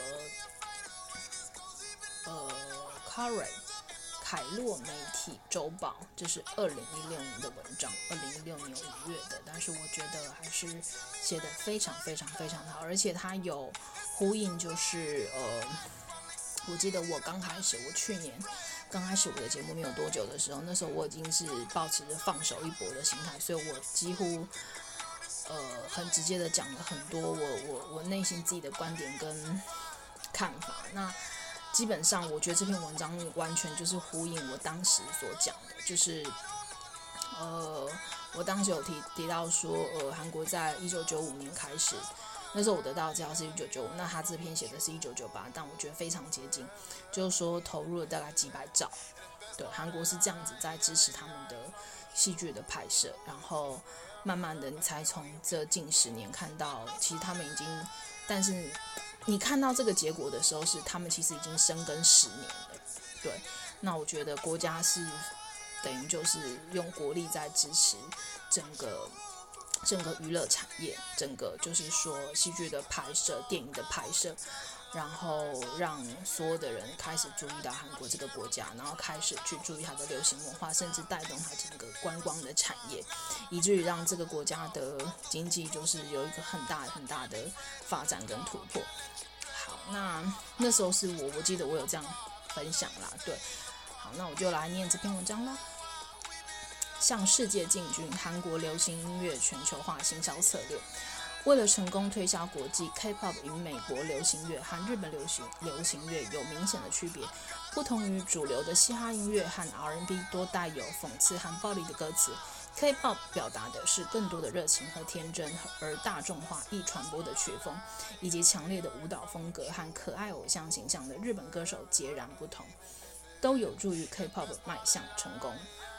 Speaker 1: 呃 Current 凯洛媒体周报，这是二零一六年的文章，二零一六年五月的，但是我觉得还是写得非常非常非常好，而且它有呼应，就是呃我记得我刚开始，我去年。刚开始我的节目没有多久的时候，那时候我已经是抱持着放手一搏的心态，所以我几乎呃很直接的讲了很多我我我内心自己的观点跟看法。那基本上我觉得这篇文章完全就是呼应我当时所讲的，就是呃我当时有提提到说，呃韩国在一九九五年开始。那时候我得到的资料是一九九五，那他这篇写的是一九九八，但我觉得非常接近，就是说投入了大概几百兆。对，韩国是这样子在支持他们的戏剧的拍摄，然后慢慢的你才从这近十年看到，其实他们已经，但是你看到这个结果的时候，是他们其实已经深耕十年了。对，那我觉得国家是等于就是用国力在支持整个。整个娱乐产业，整个就是说戏剧的拍摄、电影的拍摄，然后让所有的人开始注意到韩国这个国家，然后开始去注意它的流行文化，甚至带动它整个观光的产业，以至于让这个国家的经济就是有一个很大很大的发展跟突破。好，那那时候是我，我记得我有这样分享啦，对。好，那我就来念这篇文章啦。向世界进军韩国流行音乐全球化行销策略。为了成功推销国际 K-pop 与美国流行乐和日本流行流行乐有明显的区别，不同于主流的嘻哈音乐和 R and B 多带有讽刺和暴力的歌词， K-pop 表达的是更多的热情和天真，而大众化易传播的曲风以及强烈的舞蹈风格和可爱偶像形象的日本歌手截然不同，都有助于 K-pop 迈向成功。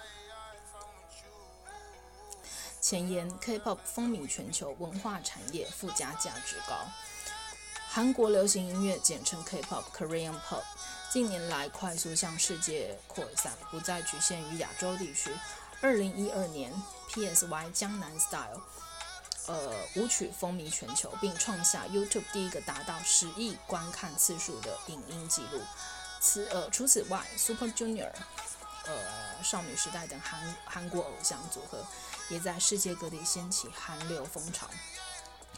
Speaker 1: 前言 K-pop 风靡全球，文化产业附加价值高。韩国流行音乐简称 K-pop Korean Pop 近年来快速向世界扩散，不再局限于亚洲地区。二零一二年 P S Y 江南 Style 呃舞曲风靡全球，并创下 YouTube 第一个达到十亿观看次数的影音纪录。此呃除此外 Super Junior 呃少女时代等韩韩国偶像组合也在世界各地掀起韩流风潮。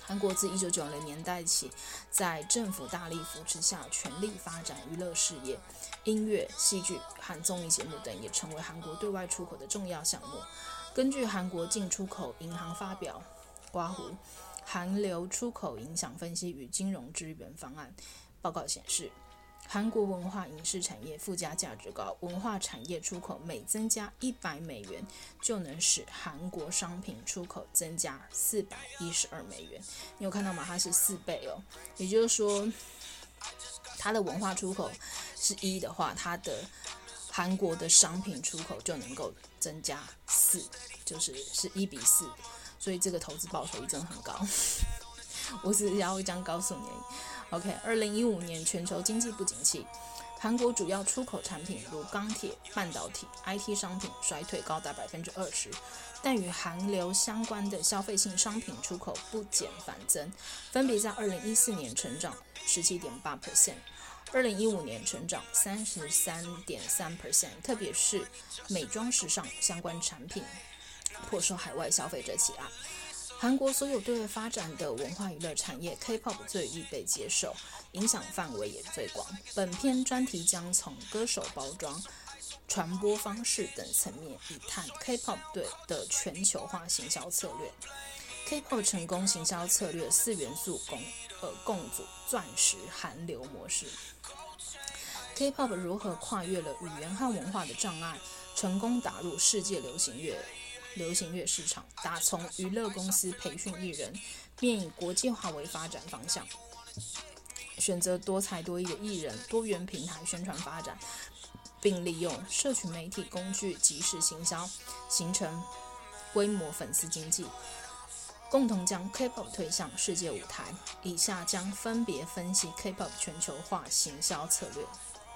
Speaker 1: 韩国自一九九零年代起，在政府大力扶持下，全力发展娱乐事业，音乐、戏剧和综艺节目等也成为韩国对外出口的重要项目。根据韩国进出口银行发表刮胡韩流出口影响分析与金融支援方案报告显示，韩国文化影视产业附加价值高，文化产业出口每增加一百美元，就能使韩国商品出口增加四百一十二美元。你有看到吗？它是四倍哦，也就是说，它的文化出口是一的话，它的韩国的商品出口就能够增加四，就是是一比四，所以这个投资报酬率真的很高。我只是要这样告诉你。OK， 二零一五年全球经济不景气，韩国主要出口产品如钢铁、半导体、I T 商品衰退高达百分之二十，但与韩流相关的消费性商品出口不减反增，分别在二零一四年成长 百分之十七点八， 二零一五年成长 百分之三十三点三， 特别是美妆时尚相关产品颇受海外消费者喜爱。韩国所有对外发展的文化娱乐产业 K-pop 最易被接受，影响范围也最广。本篇专题将从歌手包装、传播方式等层面一探 K-pop 队的全球化行销策略。K-pop 成功行销策略四元素共呃共组钻石韩流模式。K-pop 如何跨越了语言和文化的障碍，成功打入世界流行乐流行乐市场，打从娱乐公司培训艺人，便以国际化为发展方向，选择多才多艺的艺人，多元平台宣传发展，并利用社群媒体工具即时行销，形成规模粉丝经济，共同将 K-pop 推向世界舞台。以下将分别分析 K-pop 全球化行销策略。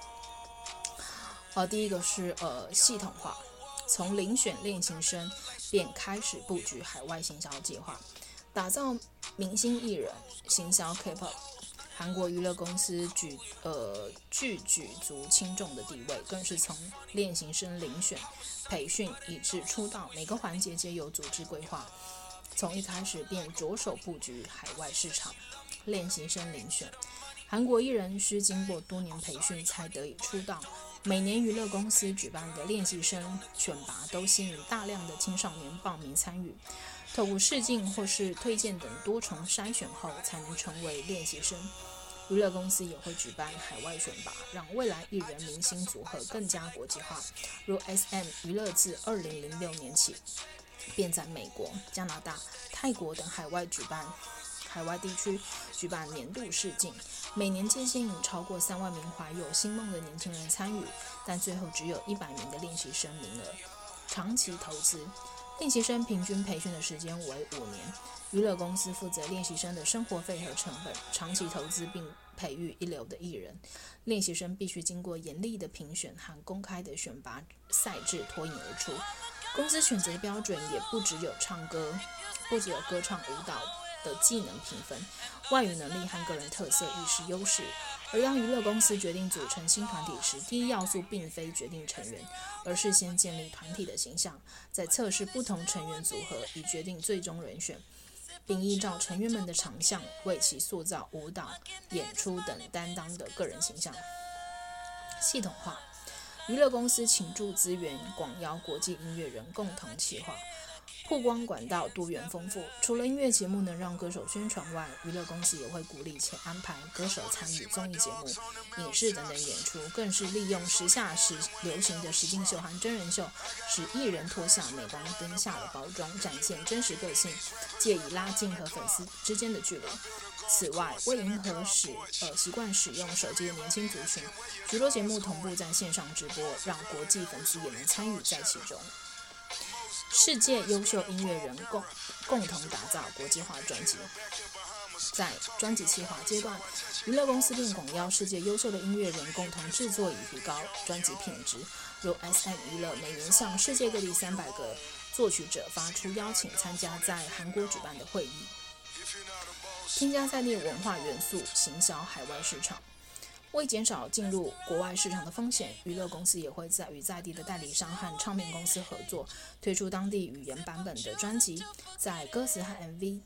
Speaker 1: 好，第一个是呃系统化。从遴选练习生便开始布局海外行销计划，打造明星艺人，行销 K-pop。韩国娱乐公司举呃具举足轻重的地位，更是从练习生遴选、培训以至出道，每个环节皆有组织规划。从一开始便着手布局海外市场。练习生遴选，韩国艺人需经过多年培训才得以出道。每年娱乐公司举办的练习生选拔都吸引大量的青少年报名参与，透过试镜或是推荐等多重筛选后才能成为练习生。娱乐公司也会举办海外选拔，让未来艺人明星组合更加国际化。如 S M 娱乐自二零零六年起便在美国、加拿大、泰国等海外举办海外地区举办年度试镜，每年皆吸引超过三万名怀有新梦的年轻人参与，但最后只有一百名的练习生名额。长期投资，练习生平均培训的时间为五年，娱乐公司负责练习生的生活费和成本，长期投资并培育一流的艺人。练习生必须经过严厉的评选和公开的选拔赛制脱颖而出。公司选择的标准也不只有唱歌，不只有歌唱舞蹈的技能评分，外语能力和个人特色亦是优势。而当娱乐公司决定组成新团体时，第一要素并非决定成员，而是先建立团体的形象，再测试不同成员组合，以决定最终人选，并依照成员们的长项为其塑造舞蹈、演出等担当的个人形象。系统化，娱乐公司倾注资源，广邀国际音乐人共同企划，曝光管道多元丰富。除了音乐节目能让歌手宣传外，娱乐公司也会鼓励且安排歌手参与综艺节目、影视等等演出，更是利用时下时流行的实境秀和真人秀，使艺人脱下镁光灯下的包装，展现真实个性，借以拉近和粉丝之间的距离。此外，为迎合使呃习惯使用手机的年轻族群，许多节目同步在线上直播，让国际粉丝也能参与在其中。世界优秀音乐人共共同打造国际化专辑。在专辑企划阶段，娱乐公司便广邀世界优秀的音乐人共同制作，以提高专辑品质。如 S M 娱乐每年向世界各地三百个作曲者发出邀请，参加在韩国举办的会议，添加在地文化元素，行销海外市场。为减少进入国外市场的风险，娱乐公司也会在与在地的代理商和唱片公司合作，推出当地语言版本的专辑，在歌词和 M V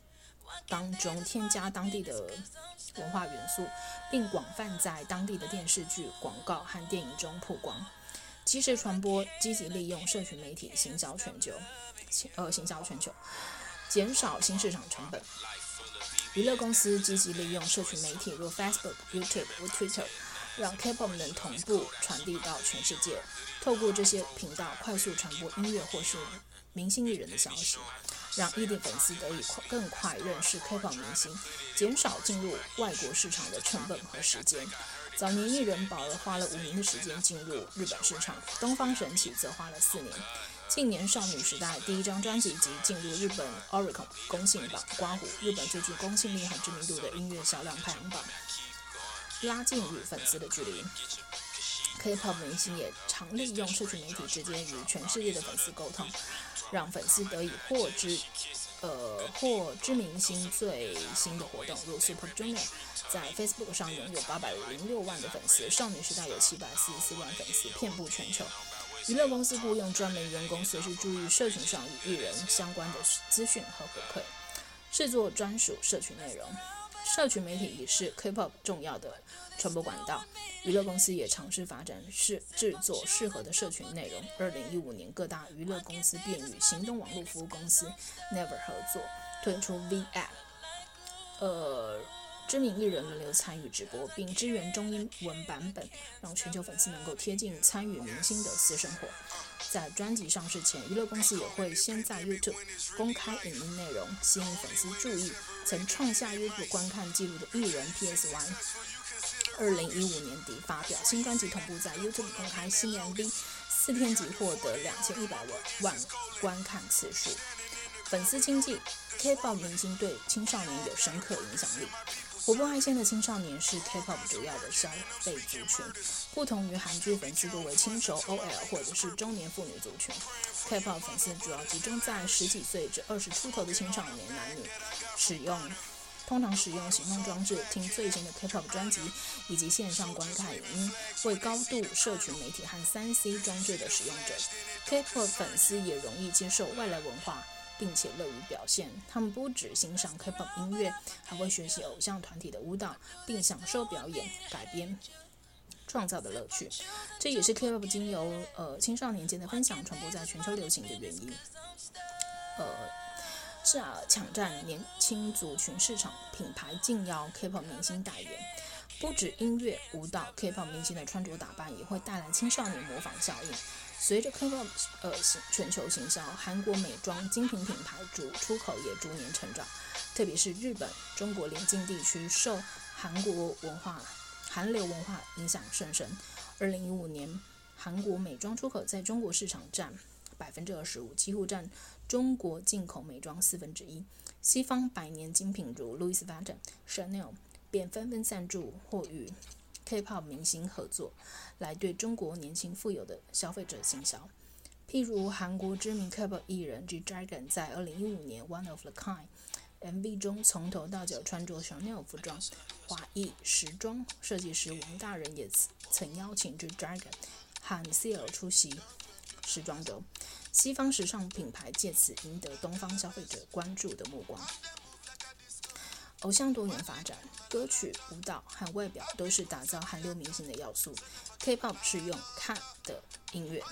Speaker 1: 当中添加当地的文化元素，并广泛在当地的电视剧、广告和电影中曝光。即时传播积极利用社群媒体行销全球，呃，行销全球，减少新市场成本。娱乐公司积极利用社群媒体，如 Facebook、YouTube 或 Twitter， 让 K-pop 能同步传递到全世界。透过这些频道快速传播音乐或是明星艺人的消息，让异地粉丝得以更快认识 K-pop 明星，减少进入外国市场的成本和时间。早年艺人宝儿花了五年的时间进入日本市场，东方神起则花了四年。近年少女时代第一张专辑即进入日本 Oricon 公信榜，刮胡日本最具公信力和知名度的音乐销量排行榜，拉近与粉丝的距离。K-pop 明星也常利用社群媒体直接与全世界的粉丝沟通，让粉丝得以获知呃获知明星最新的活动，如 Super Junior 在 Facebook 上拥有八百零六万的粉丝，少女时代有七百四十四万粉丝，遍布全球。娱乐公司雇用专门员工，随时注意社群上与艺人相关的资讯和回馈，制作专属社群内容。社群媒体已是 K-pop 重要的传播管道，娱乐公司也尝试发展是制作适合的社群内容。二零一五年，各大娱乐公司便与行动网络服务公司 Never 合作，推出 V-App， 呃。知名艺人轮流参与直播，并支援中英文版本，让全球粉丝能够贴近参与明星的私生活。在专辑上市前，娱乐公司也会先在 YouTube 公开影音内容，吸引粉丝注意。曾创下 YouTube 观看纪录的艺人 P S Y， 二零一五年底发表新专辑，同步在 YouTube 公开新 M V， 四天即获得两千一百万观看次数。粉丝经济 K-pop 明星对青少年有深刻影响力。活泼爱现的青少年是 K-pop 主要的消费族群，不同于韩剧粉丝多为轻熟 O L 或者是中年妇女族群， K-pop 粉丝主要集中在十几岁至二十出头的青少年男女，使用通常使用行动装置听最新的 K-pop 专辑以及线上观看影音，为高度社群媒体和 三 C 装置的使用者。 K-pop 粉丝也容易接受外来文化，并且乐于表现，他们不只欣赏 K-pop 音乐，还会学习偶像团体的舞蹈，并享受表演、改编、创造的乐趣。这也是 K-pop 经由呃青少年间的分享传播在全球流行的原因。呃，是啊，抢占年轻族群市场，品牌竞邀 K-pop 明星代言。不止音乐、舞蹈 ，K-pop 明星的穿着打扮也会带来青少年模仿效应。随着 K-pop 呃全球行销，韩国美妆精品品牌主出口也逐年成长，特别是日本、中国邻近地区受韩国文化、韩流文化影响甚深。二零一五年，韩国美妆出口在中国市场占百分之二十五，几乎占中国进口美妆四分之一。西方百年精品如 Louis Vuitton、Chanel 便纷纷赞助或与K-pop 明星合作，来对中国年轻富有的消费者行销。譬如韩国知名 K-pop 艺人 G-Dragon 在二零一五年 One of a Kind M V 中从头到脚穿着 Chanel 服装，华裔时装设计师王大人也曾邀请 G-Dragon 和 C L 出席时装周。西方时尚品牌借此赢得东方消费者关注的目光。偶像多元发展，歌曲、舞蹈和外表都是打造韩流明星的要素。K-pop 是用看的音乐。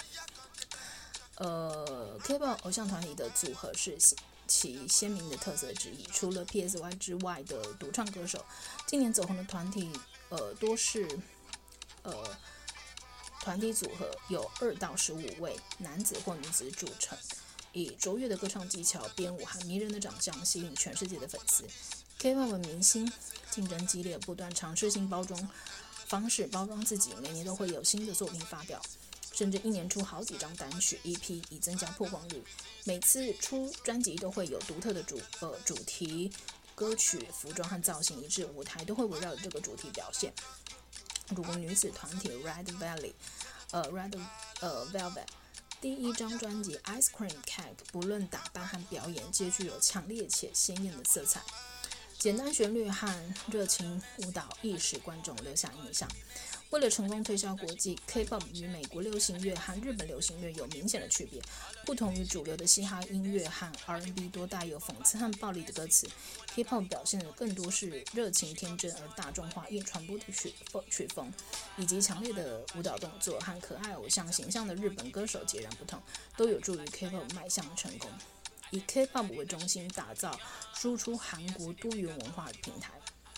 Speaker 1: 呃 ，K-pop 偶像团体的组合是其鲜明的特色之一。除了 P S Y 之外的独唱歌手，今年走红的团体呃多是呃团体组合，有二到十五位男子或女子组成，以卓越的歌唱技巧、编舞和迷人的长相吸引全世界的粉丝。K-pop 明星竞争激烈，不断尝试性包装方式包装自己，每年都会有新的作品发表，甚至一年出好几张单曲 E P 以增加曝光率。每次出专辑都会有独特的主呃主题歌曲、服装和造型，以致舞台都会围绕这个主题表现。如果女子团体 Red Velvet 呃 Red 呃 Velvet 第一张专辑 Ice Cream Cake， 不论打扮和表演皆具有强烈且鲜艳的色彩。简单旋律和热情舞蹈亦使观众留下印象。 为了成功推销国际 ，K-pop 与美国流行乐和日本流行乐有明显的区别。不同于主流的嘻哈音乐和 R and B 多带有讽刺和暴力的歌词 ，K-pop 表现的更多是热情天真而大众化易传播的曲曲风，以及强烈的舞蹈动作和可爱偶像形象的日本歌手截然不同，都有助于 K-pop 迈向成功。以 K-pop 为中心打造输出韩国多元文化的平台。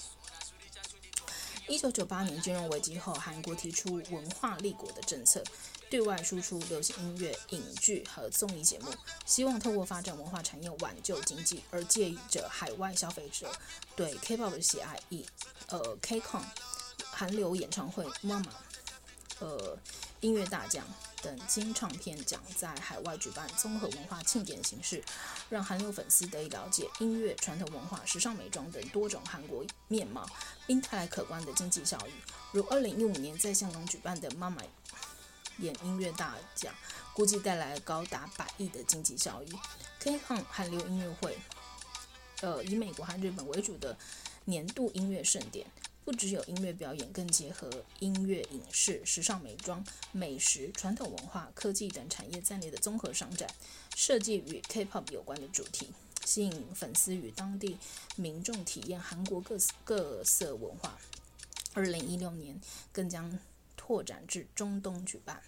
Speaker 1: 一九九八年金融危机后，韩国提出文化立国的政策，对外输出流行音乐、影剧和综艺节目，希望透过发展文化产业挽救经济，而借着海外消费者对 K-pop 的喜爱，以呃 K-Con、韩流演唱会、M A M A、呃音乐大奖等金唱片奖在海外举办综合文化庆典形式，让韩流粉丝得以了解音乐、传统文化、时尚美妆等多种韩国面貌，并带来可观的经济效益。如二零一五年在香港举办的 M A M A 演音乐大奖，估计带来高达百亿的经济效益。K-Con 韩流音乐会，呃，以美国和日本为主的年度音乐盛典。不只有音乐表演，更结合音乐、影视、时尚美妆、美食、传统文化、科技等产业在内的综合商展，设计与 K-pop 有关的主题，吸引粉丝与当地民众体验韩国各各色文化。二零一六年更将拓展至中东举办。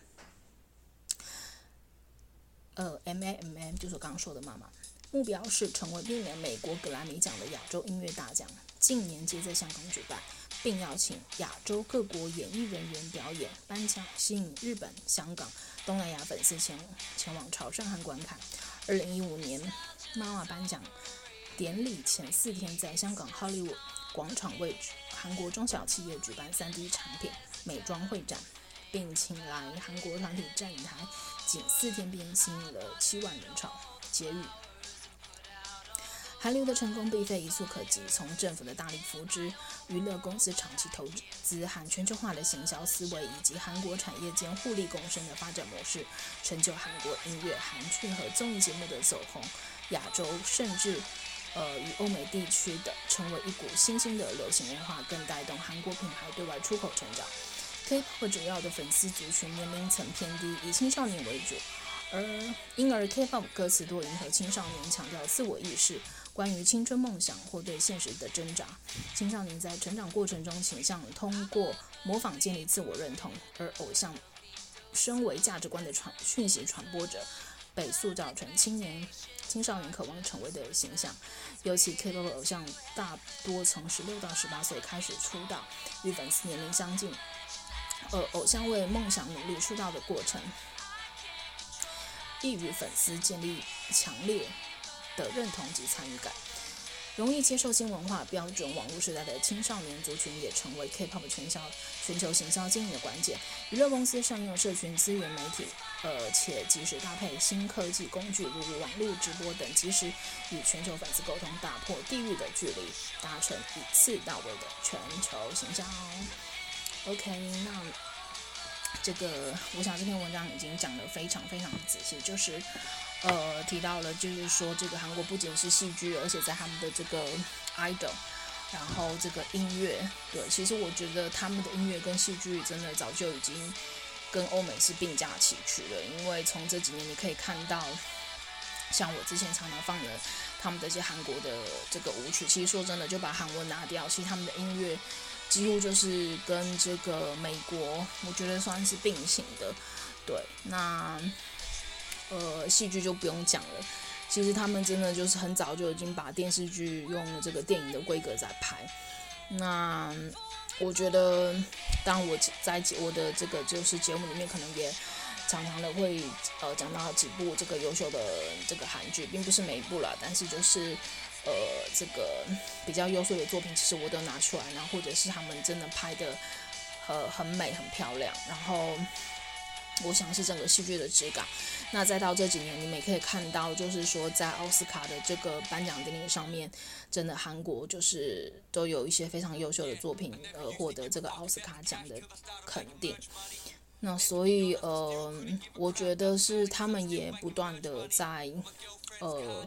Speaker 1: 呃 ，M A M M 就是我刚刚说的妈妈，目标是成为历年美国格莱美奖的亚洲音乐大奖，近年皆在香港举办，并邀请亚洲各国演艺人员表演颁奖，吸引日本、香港、东南亚粉丝前前往朝圣和观看。二零一五年，妈妈颁奖典礼前四天，在香港 Hollywood 广场为韩国中小企业举办 三 D 产品美妆会展，并请来韩国团体站台，仅四天便吸引了七万人潮。结语：韩流的成功并非一蹴可及，从政府的大力扶植、娱乐公司长期投资和全球化的行销思维，以及韩国产业间互利共生的发展模式，成就韩国音乐、韩剧和综艺节目的走红亚洲，甚至呃与欧美地区的成为一股新兴的流行文化，更带动韩国品牌对外出口成长。K-pop 主要的粉丝族群年龄层偏低，以青少年为主，而因而 K-pop 歌词多迎合青少年，强调自我意识、关于青春梦想或对现实的挣扎。青少年在成长过程中倾向通过模仿建立自我认同，而偶像身为价值观的传讯息传播者，被塑造成青年青少年渴望成为的形象。尤其 K-pop 偶像大多从十六到十八岁开始出道，与粉丝年龄相近，而偶像为梦想努力出道的过程，易与粉丝建立强烈的认同及参与感。容易接受新文化标准网络时代的青少年族群，也成为 K-pop 全销全球行销经营的关键。娱乐公司善用社群资源媒体，呃，且及时搭配新科技工具，如网络直播等，及时与全球粉丝沟通，打破地域的距离，达成一次到位的全球行销。OK， 那这个我想这篇文章已经讲得非常非常仔细，就是呃提到了，就是说这个韩国不仅是戏剧，而且在他们的这个 idol， 然后这个音乐，对，其实我觉得他们的音乐跟戏剧真的早就已经跟欧美是并驾齐驱了，因为从这几年你可以看到，像我之前常常放的他们的这些韩国的这个舞曲，其实说真的，就把韩文拿掉，其实他们的音乐几乎就是跟这个美国，我觉得算是并行的。对，那呃戏剧就不用讲了，其实他们真的就是很早就已经把电视剧用这个电影的规格在拍。那我觉得，当我在我的这个就是节目里面，可能也常常的会呃讲到几部这个优秀的这个韩剧，并不是每一部啦，但是就是呃这个比较优秀的作品，其实我都拿出来，然后或者是他们真的拍的呃很美很漂亮，然后我想是整个戏剧的质感。那再到这几年，你们也可以看到，就是说在奥斯卡的这个颁奖典礼上面，真的韩国就是都有一些非常优秀的作品，呃，获得这个奥斯卡奖的肯定。那所以呃，我觉得是他们也不断的在呃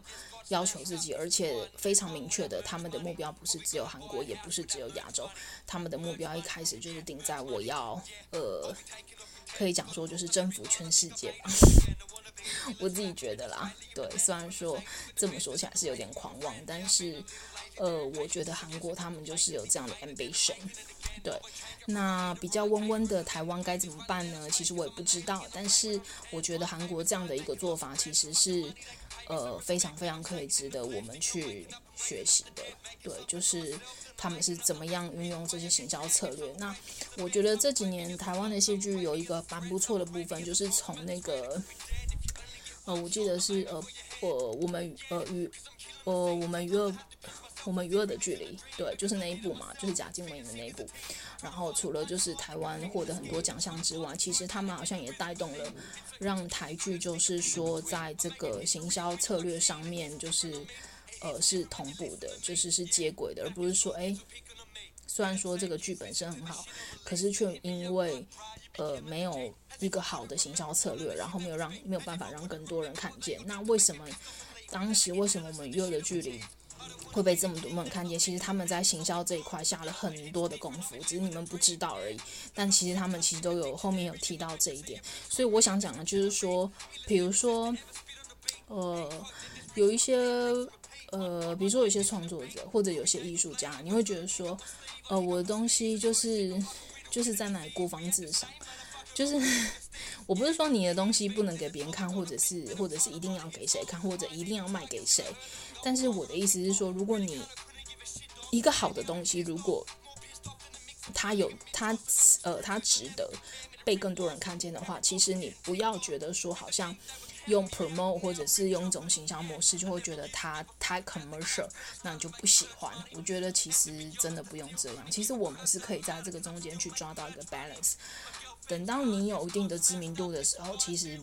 Speaker 1: 要求自己，而且非常明确的，他们的目标不是只有韩国，也不是只有亚洲，他们的目标一开始就是定在我要呃，可以讲说就是征服全世界吧。我自己觉得啦，对，虽然说这么说起来是有点狂妄，但是呃，我觉得韩国他们就是有这样的 ambition。对，那比较温温的台湾该怎么办呢？其实我也不知道，但是我觉得韩国这样的一个做法其实是呃非常非常可以值得我们去学习的。对，就是他们是怎么样运用这些行销策略。那我觉得这几年台湾的戏剧有一个蛮不错的部分，就是从那个呃，我记得是呃呃我们呃与呃我们娱乐。我们娱乐的距离，对，就是那一部嘛，就是贾静雯的那一部。然后除了就是台湾获得很多奖项之外，其实他们好像也带动了，让台剧就是说在这个行销策略上面，就是呃是同步的，就是是接轨的，而不是说哎，虽然说这个剧本身很好，可是却因为呃没有一个好的行销策略，然后没有让没有办法让更多人看见。那为什么当时为什么我们娱乐的距离会被这么多人看见？其实他们在行销这一块下了很多的功夫，只是你们不知道而已。但其实他们其实都有后面有提到这一点，所以我想讲的就是说，比如说，呃，有一些呃，比如说有些创作者或者有些艺术家，你会觉得说，呃，我的东西就是就是在那里孤芳自赏，就是我不是说你的东西不能给别人看，或者是或者是一定要给谁看，或者一定要卖给谁。但是我的意思是说，如果你一个好的东西，如果它有它呃它值得被更多人看见的话，其实你不要觉得说好像用 promote 或者是用一种行销模式就会觉得它太 commercial， 那你就不喜欢。我觉得其实真的不用这样，其实我们是可以在这个中间去抓到一个 balance。等到你有一定的知名度的时候，其实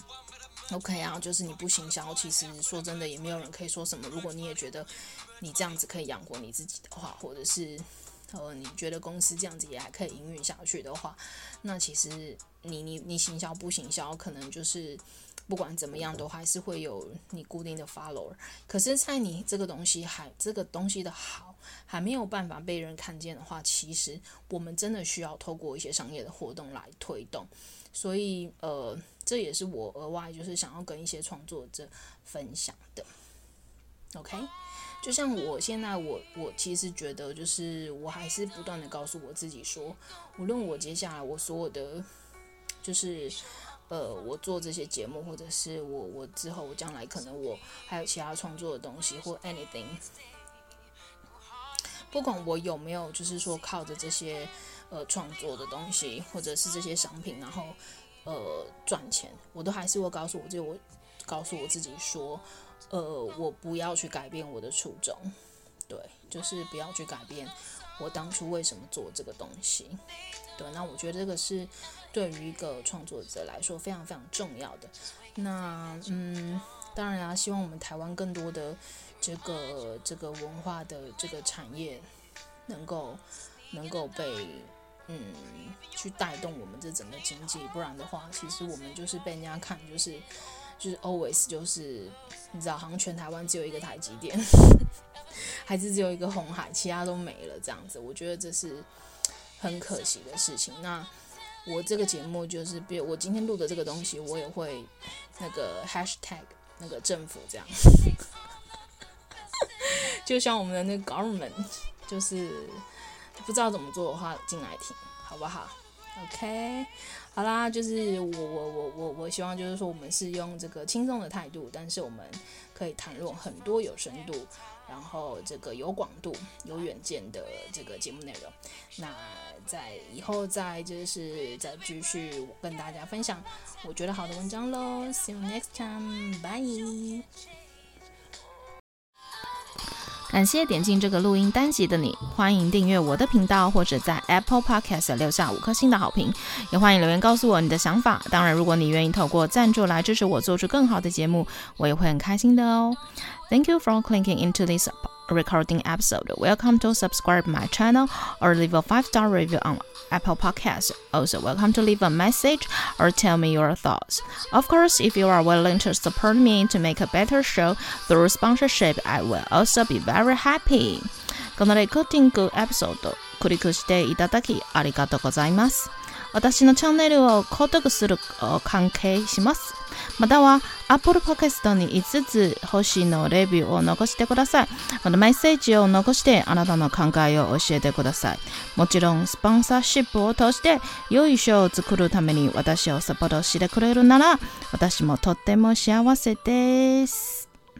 Speaker 1: OK 啊，就是你不行销，其实说真的也没有人可以说什么。如果你也觉得你这样子可以养活你自己的话，或者是呃你觉得公司这样子也还可以营运下去的话，那其实你你你行销不行销，可能就是不管怎么样都还是会有你固定的 follower。可是，在你这个东西还这个东西的好还没有办法被人看见的话，其实我们真的需要透过一些商业的活动来推动。所以呃，这也是我额外就是想要跟一些创作者分享的。OK， 就像我现在我我其实觉得就是我还是不断的告诉我自己说，无论我接下来我所有的就是呃我做这些节目，或者是我我之后我将来可能我还有其他创作的东西或 anything， 不管我有没有就是说靠着这些呃创作的东西或者是这些商品然后呃赚钱，我都还是会告诉我自己我告诉我自己说呃我不要去改变我的初衷，对，就是不要去改变我当初为什么做这个东西。对，那我觉得这个是对于一个创作者来说非常非常重要的。那嗯，当然啊，希望我们台湾更多的这个这个文化的这个产业能够能够被嗯去带动我们这整个经济，不然的话，其实我们就是被人家看就是就是 always 就是你知道，好像全台湾只有一个台积电，还是只有一个鸿海，其他都没了这样子。我觉得这是很可惜的事情。那我这个节目就是，比如我今天录的这个东西，我也会那个 hashtag 那个政府这样，就像我们的那个 government， 就是不知道怎么做的话，进来听，好不好 ？OK， 好啦，就是我我我我我希望就是说，我们是用这个轻松的态度，但是我们可以谈论很多有深度，然后这个有广度、有远见的这个节目内容。那在以后再就是再继续跟大家分享我觉得好的文章咯。See you next time， bye。
Speaker 2: 感谢点进这个录音单集的你，欢迎订阅我的频道，或者在 Apple Podcast 留下五颗星的好评，也欢迎留言告诉我你的想法。当然，如果你愿意透过赞助来支持我做出更好的节目，我也会很开心的哦。Thank you for clicking into this recording episode. Welcome to subscribe my channel or leave a five-star review on Apple Podcasts. Also, welcome to leave a message or tell me your thoughts. Of course, if you are willing to support me to make a better show through sponsorship, I will also be very happy. このレコーディングエピソードクリックしていただきありがとうございます。私のチャンネルを購読する関係します。または Apple Podcast にいつつ星のレビューを残してください。またメッセージを残してあなたの考えを教えてください。もちろんスポンサーシップを通して良いショーを作るために私をサポートしてくれるなら私もとっても幸せです。